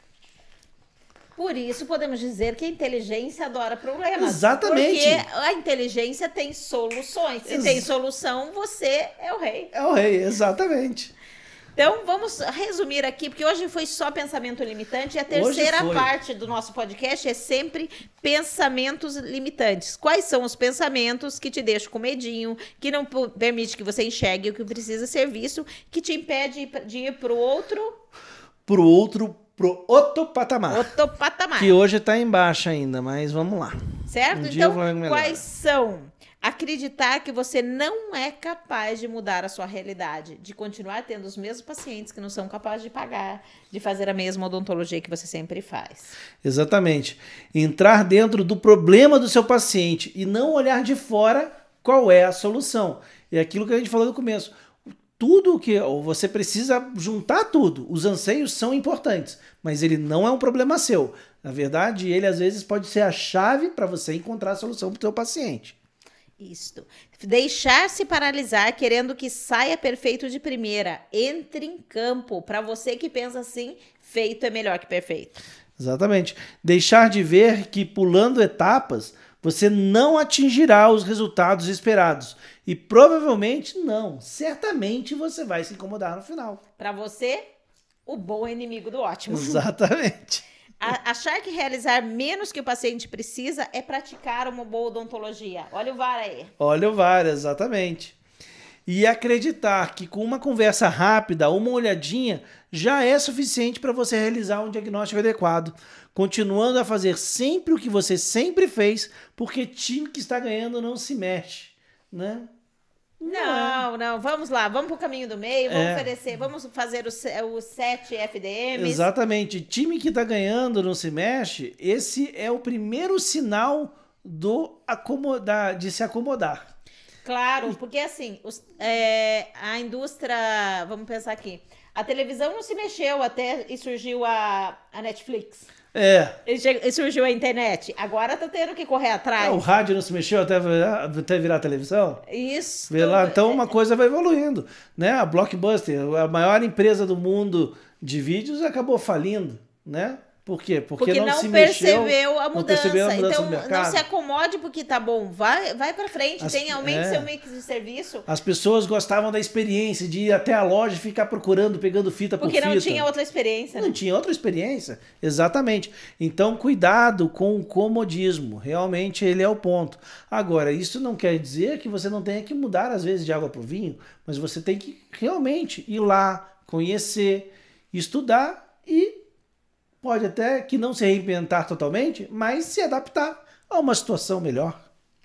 Por isso podemos dizer que a inteligência adora problemas. Exatamente. Porque a inteligência tem soluções. Se Ex- tem solução, você é o rei. É o rei, exatamente. Então, vamos resumir aqui, porque hoje foi só pensamento limitante e a terceira foi. parte do nosso podcast é sempre pensamentos limitantes. Quais são os pensamentos que te deixam com medinho, que não pu- permite que você enxergue o que precisa ser visto, que te impede de ir para o outro, Pro outro, pro outro patamar. outro patamar. Que hoje tá embaixo ainda, mas vamos lá. Certo? Um dia o Então, Flamengo melhora. quais são? Acreditar que você não é capaz de mudar a sua realidade, de continuar tendo os mesmos pacientes que não são capazes de pagar, de fazer a mesma odontologia que você sempre faz. Exatamente. Entrar dentro do problema do seu paciente e não olhar de fora qual é a solução. É aquilo que a gente falou no começo. Tudo que ou você precisa juntar tudo. Os anseios são importantes, mas ele não é um problema seu. Na verdade, ele às vezes pode ser a chave para você encontrar a solução para o seu paciente. Isto. Deixar-se paralisar querendo que saia perfeito de primeira. Entre em campo. Para você que pensa assim, feito é melhor que perfeito. Exatamente. Deixar de ver que pulando etapas você não atingirá os resultados esperados. E provavelmente não. Certamente você vai se incomodar no final. Para você, o bom é inimigo do ótimo. Exatamente. A- achar que realizar menos que o paciente precisa é praticar uma boa odontologia. Olha o V A R aí. Olha o V A R, exatamente. E acreditar que com uma conversa rápida, uma olhadinha, já é suficiente para você realizar um diagnóstico adequado. Continuando a fazer sempre o que você sempre fez, porque time que está ganhando não se mexe, né? Não, não, vamos lá, vamos pro caminho do meio, vamos É. oferecer, vamos fazer os, se- os sete F D Ms. Exatamente. Time que está ganhando não se mexe, esse é o primeiro sinal do acomodar, de se acomodar. Claro, porque assim, os- é, a indústria, vamos pensar aqui, a televisão não se mexeu até e surgiu a, a Netflix. É. E che- e surgiu a internet. Agora tá tendo que correr atrás. Ah, o rádio não se mexeu até virar, até virar televisão? Isso. Vê lá, então uma coisa vai evoluindo, né? A Blockbuster, a maior empresa do mundo de vídeos, acabou falindo, né? Por quê? Porque, Porque não, não se mexeu, percebeu a não mudança. percebeu a mudança Então, no não mercado. se acomode porque tá bom. Vai, vai para frente, As- tem aumente é. seu mix de serviço. As pessoas gostavam da experiência de ir até a loja e ficar procurando, pegando fita Porque por não fita. tinha outra experiência, Não né? tinha outra experiência, exatamente. Então, cuidado com o comodismo. Realmente, ele é o ponto. Agora, isso não quer dizer que você não tenha que mudar, às vezes, de água para o vinho, mas você tem que realmente ir lá, conhecer, estudar e pode até que não se reinventar totalmente, mas se adaptar a uma situação melhor.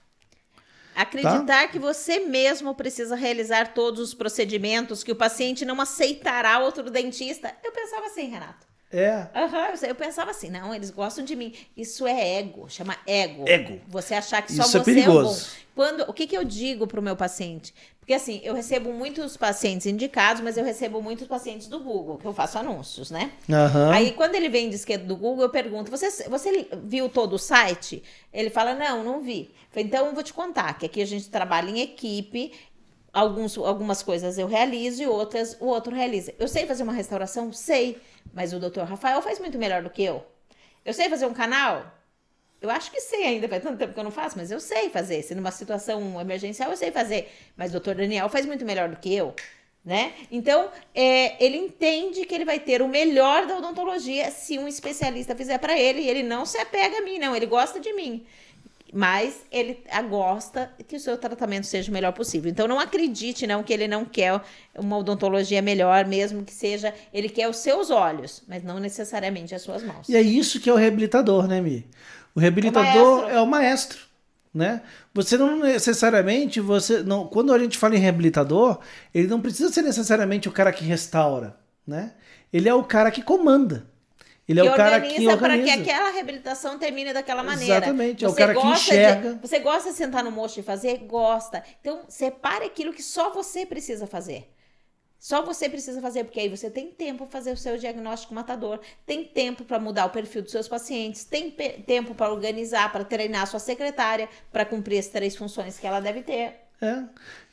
Acreditar Tá. que você mesmo precisa realizar todos os procedimentos, que o paciente não aceitará outro dentista. Eu pensava assim, Renato. É, Aham, eu sei, eu pensava assim, não, eles gostam de mim. Isso é ego, chama ego. Ego. Você achar que só Isso é você é, o bom. perigoso. Quando, o que, que eu digo pro meu paciente? Porque assim, eu recebo muitos pacientes indicados, mas eu recebo muitos pacientes do Google, que eu faço anúncios, né? aham. Aí, quando ele vem disquete do Google, eu pergunto: você, você viu todo o site? Ele fala: não, não vi. Eu falei, então, eu vou te contar que aqui a gente trabalha em equipe. Alguns, algumas coisas eu realizo e outras o outro realiza. Eu sei fazer uma restauração? Sei. Mas o doutor Rafael faz muito melhor do que eu. Eu sei fazer um canal? Eu acho que sei ainda, faz tanto tempo que eu não faço, mas eu sei fazer. Se numa situação emergencial, eu sei fazer. Mas o doutor Daniel faz muito melhor do que eu, né? Então, é, ele entende que ele vai ter o melhor da odontologia se um especialista fizer para ele. E ele não se apega a mim, não. Ele gosta de mim. Mas ele ah, gosta que o seu tratamento seja o melhor possível. Então, não acredite, não, que ele não quer uma odontologia melhor, mesmo que seja... Ele quer os seus olhos, mas não necessariamente as suas mãos. E é isso que é o reabilitador, né, Mi? O reabilitador maestro. é o maestro, né? Você não necessariamente, você não, quando a gente fala em reabilitador, ele não precisa ser necessariamente o cara que restaura, né? Ele é o cara que comanda. Ele é que o cara que organiza para que organiza. aquela reabilitação termine daquela maneira. Exatamente, é o Você cara que gosta de- enxerga. você gosta de sentar no mocho e fazer? Gosta. Então, separe aquilo que só você precisa fazer. Só você precisa fazer, porque aí você tem tempo para fazer o seu diagnóstico matador, tem tempo para mudar o perfil dos seus pacientes, tem pe- tempo para organizar, para treinar a sua secretária, para cumprir as três funções que ela deve ter. É.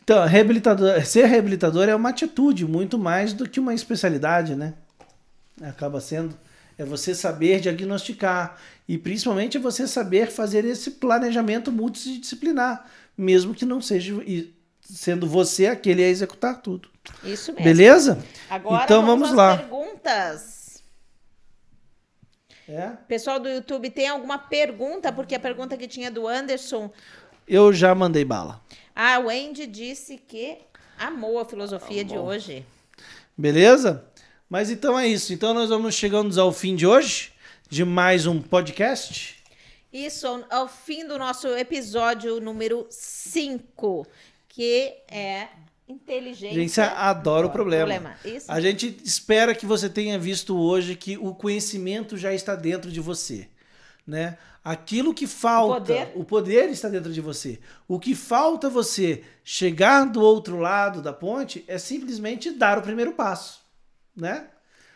Então, reabilitador, ser reabilitador é uma atitude muito mais do que uma especialidade, né? Acaba sendo. É você saber diagnosticar e principalmente é você saber fazer esse planejamento multidisciplinar, mesmo que não seja sendo você aquele a executar tudo. Isso mesmo. Beleza? Agora então vamos, vamos às lá. perguntas. É? Pessoal do YouTube, tem alguma pergunta? Porque a pergunta que tinha do Anderson... Eu já mandei bala. A Wendy disse que amou a filosofia de hoje. Beleza? Mas então é isso. Então nós vamos chegando ao fim de hoje, de mais um podcast. Isso, ao fim do nosso episódio número cinco, que é inteligência... Gente, adora o problema. problema. Isso. A gente espera que você tenha visto hoje que o conhecimento já está dentro de você, né? Aquilo que falta, O poder. o poder está dentro de você. O que falta você chegar do outro lado da ponte é simplesmente dar o primeiro passo, né?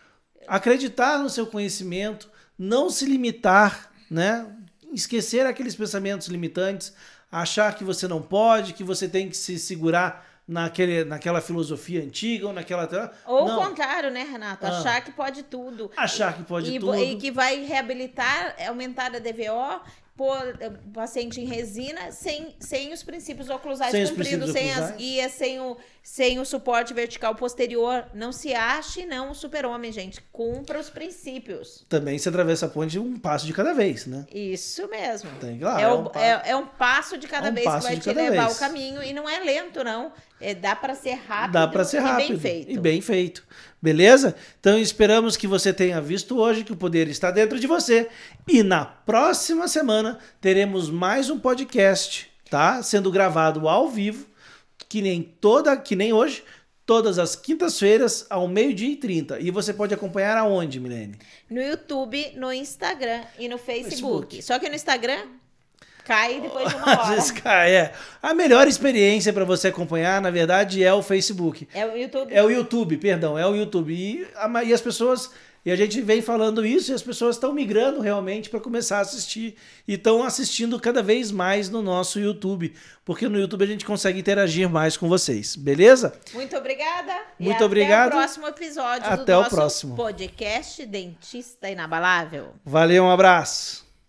Acreditar no seu conhecimento, não se limitar, né? Esquecer aqueles pensamentos limitantes, achar que você não pode, que você tem que se segurar naquele, naquela filosofia antiga ou naquela... Ou não. o contrário, né, Renato? Ah. Achar que pode tudo. Achar que pode e, tudo. E que vai reabilitar, aumentar a D V O, pôr paciente em resina, sem, sem os princípios oclusais Sem os cumpridos, princípios sem oclusais. as guias, sem o, sem o suporte vertical posterior. Não se ache não o super-homem, gente. Cumpra os princípios. Também se atravessa a ponte um passo de cada vez, né? Isso mesmo. Tem que lá, é, é o- um pa- é- é um passo de cada É um vez que passo vai de te cada levar vez. o caminho. E não é lento, não. É, dá para ser rápido, Dá para ser rápido e bem feito. e bem feito. Beleza? Então esperamos que você tenha visto hoje que o poder está dentro de você. E na próxima semana teremos mais um podcast, tá? Sendo gravado ao vivo, que nem toda, que nem hoje, todas as quintas-feiras ao meio-dia e trinta. E você pode acompanhar aonde, Milene? No YouTube, no Instagram e no Facebook. Facebook. Só que no Instagram cai depois de uma Às hora. vezes cai, é. A melhor experiência para você acompanhar, na verdade, é o Facebook. É o YouTube. É o YouTube, perdão, é o YouTube. E, a ma- e as pessoas, e a gente vem falando isso, e as pessoas estão migrando realmente para começar a assistir. E estão assistindo cada vez mais no nosso YouTube. Porque no YouTube a gente consegue interagir mais com vocês. Beleza? Muito obrigada. Muito e obrigado. Até o próximo episódio Até do o nosso próximo. podcast Dentista Inabalável. Valeu, um abraço.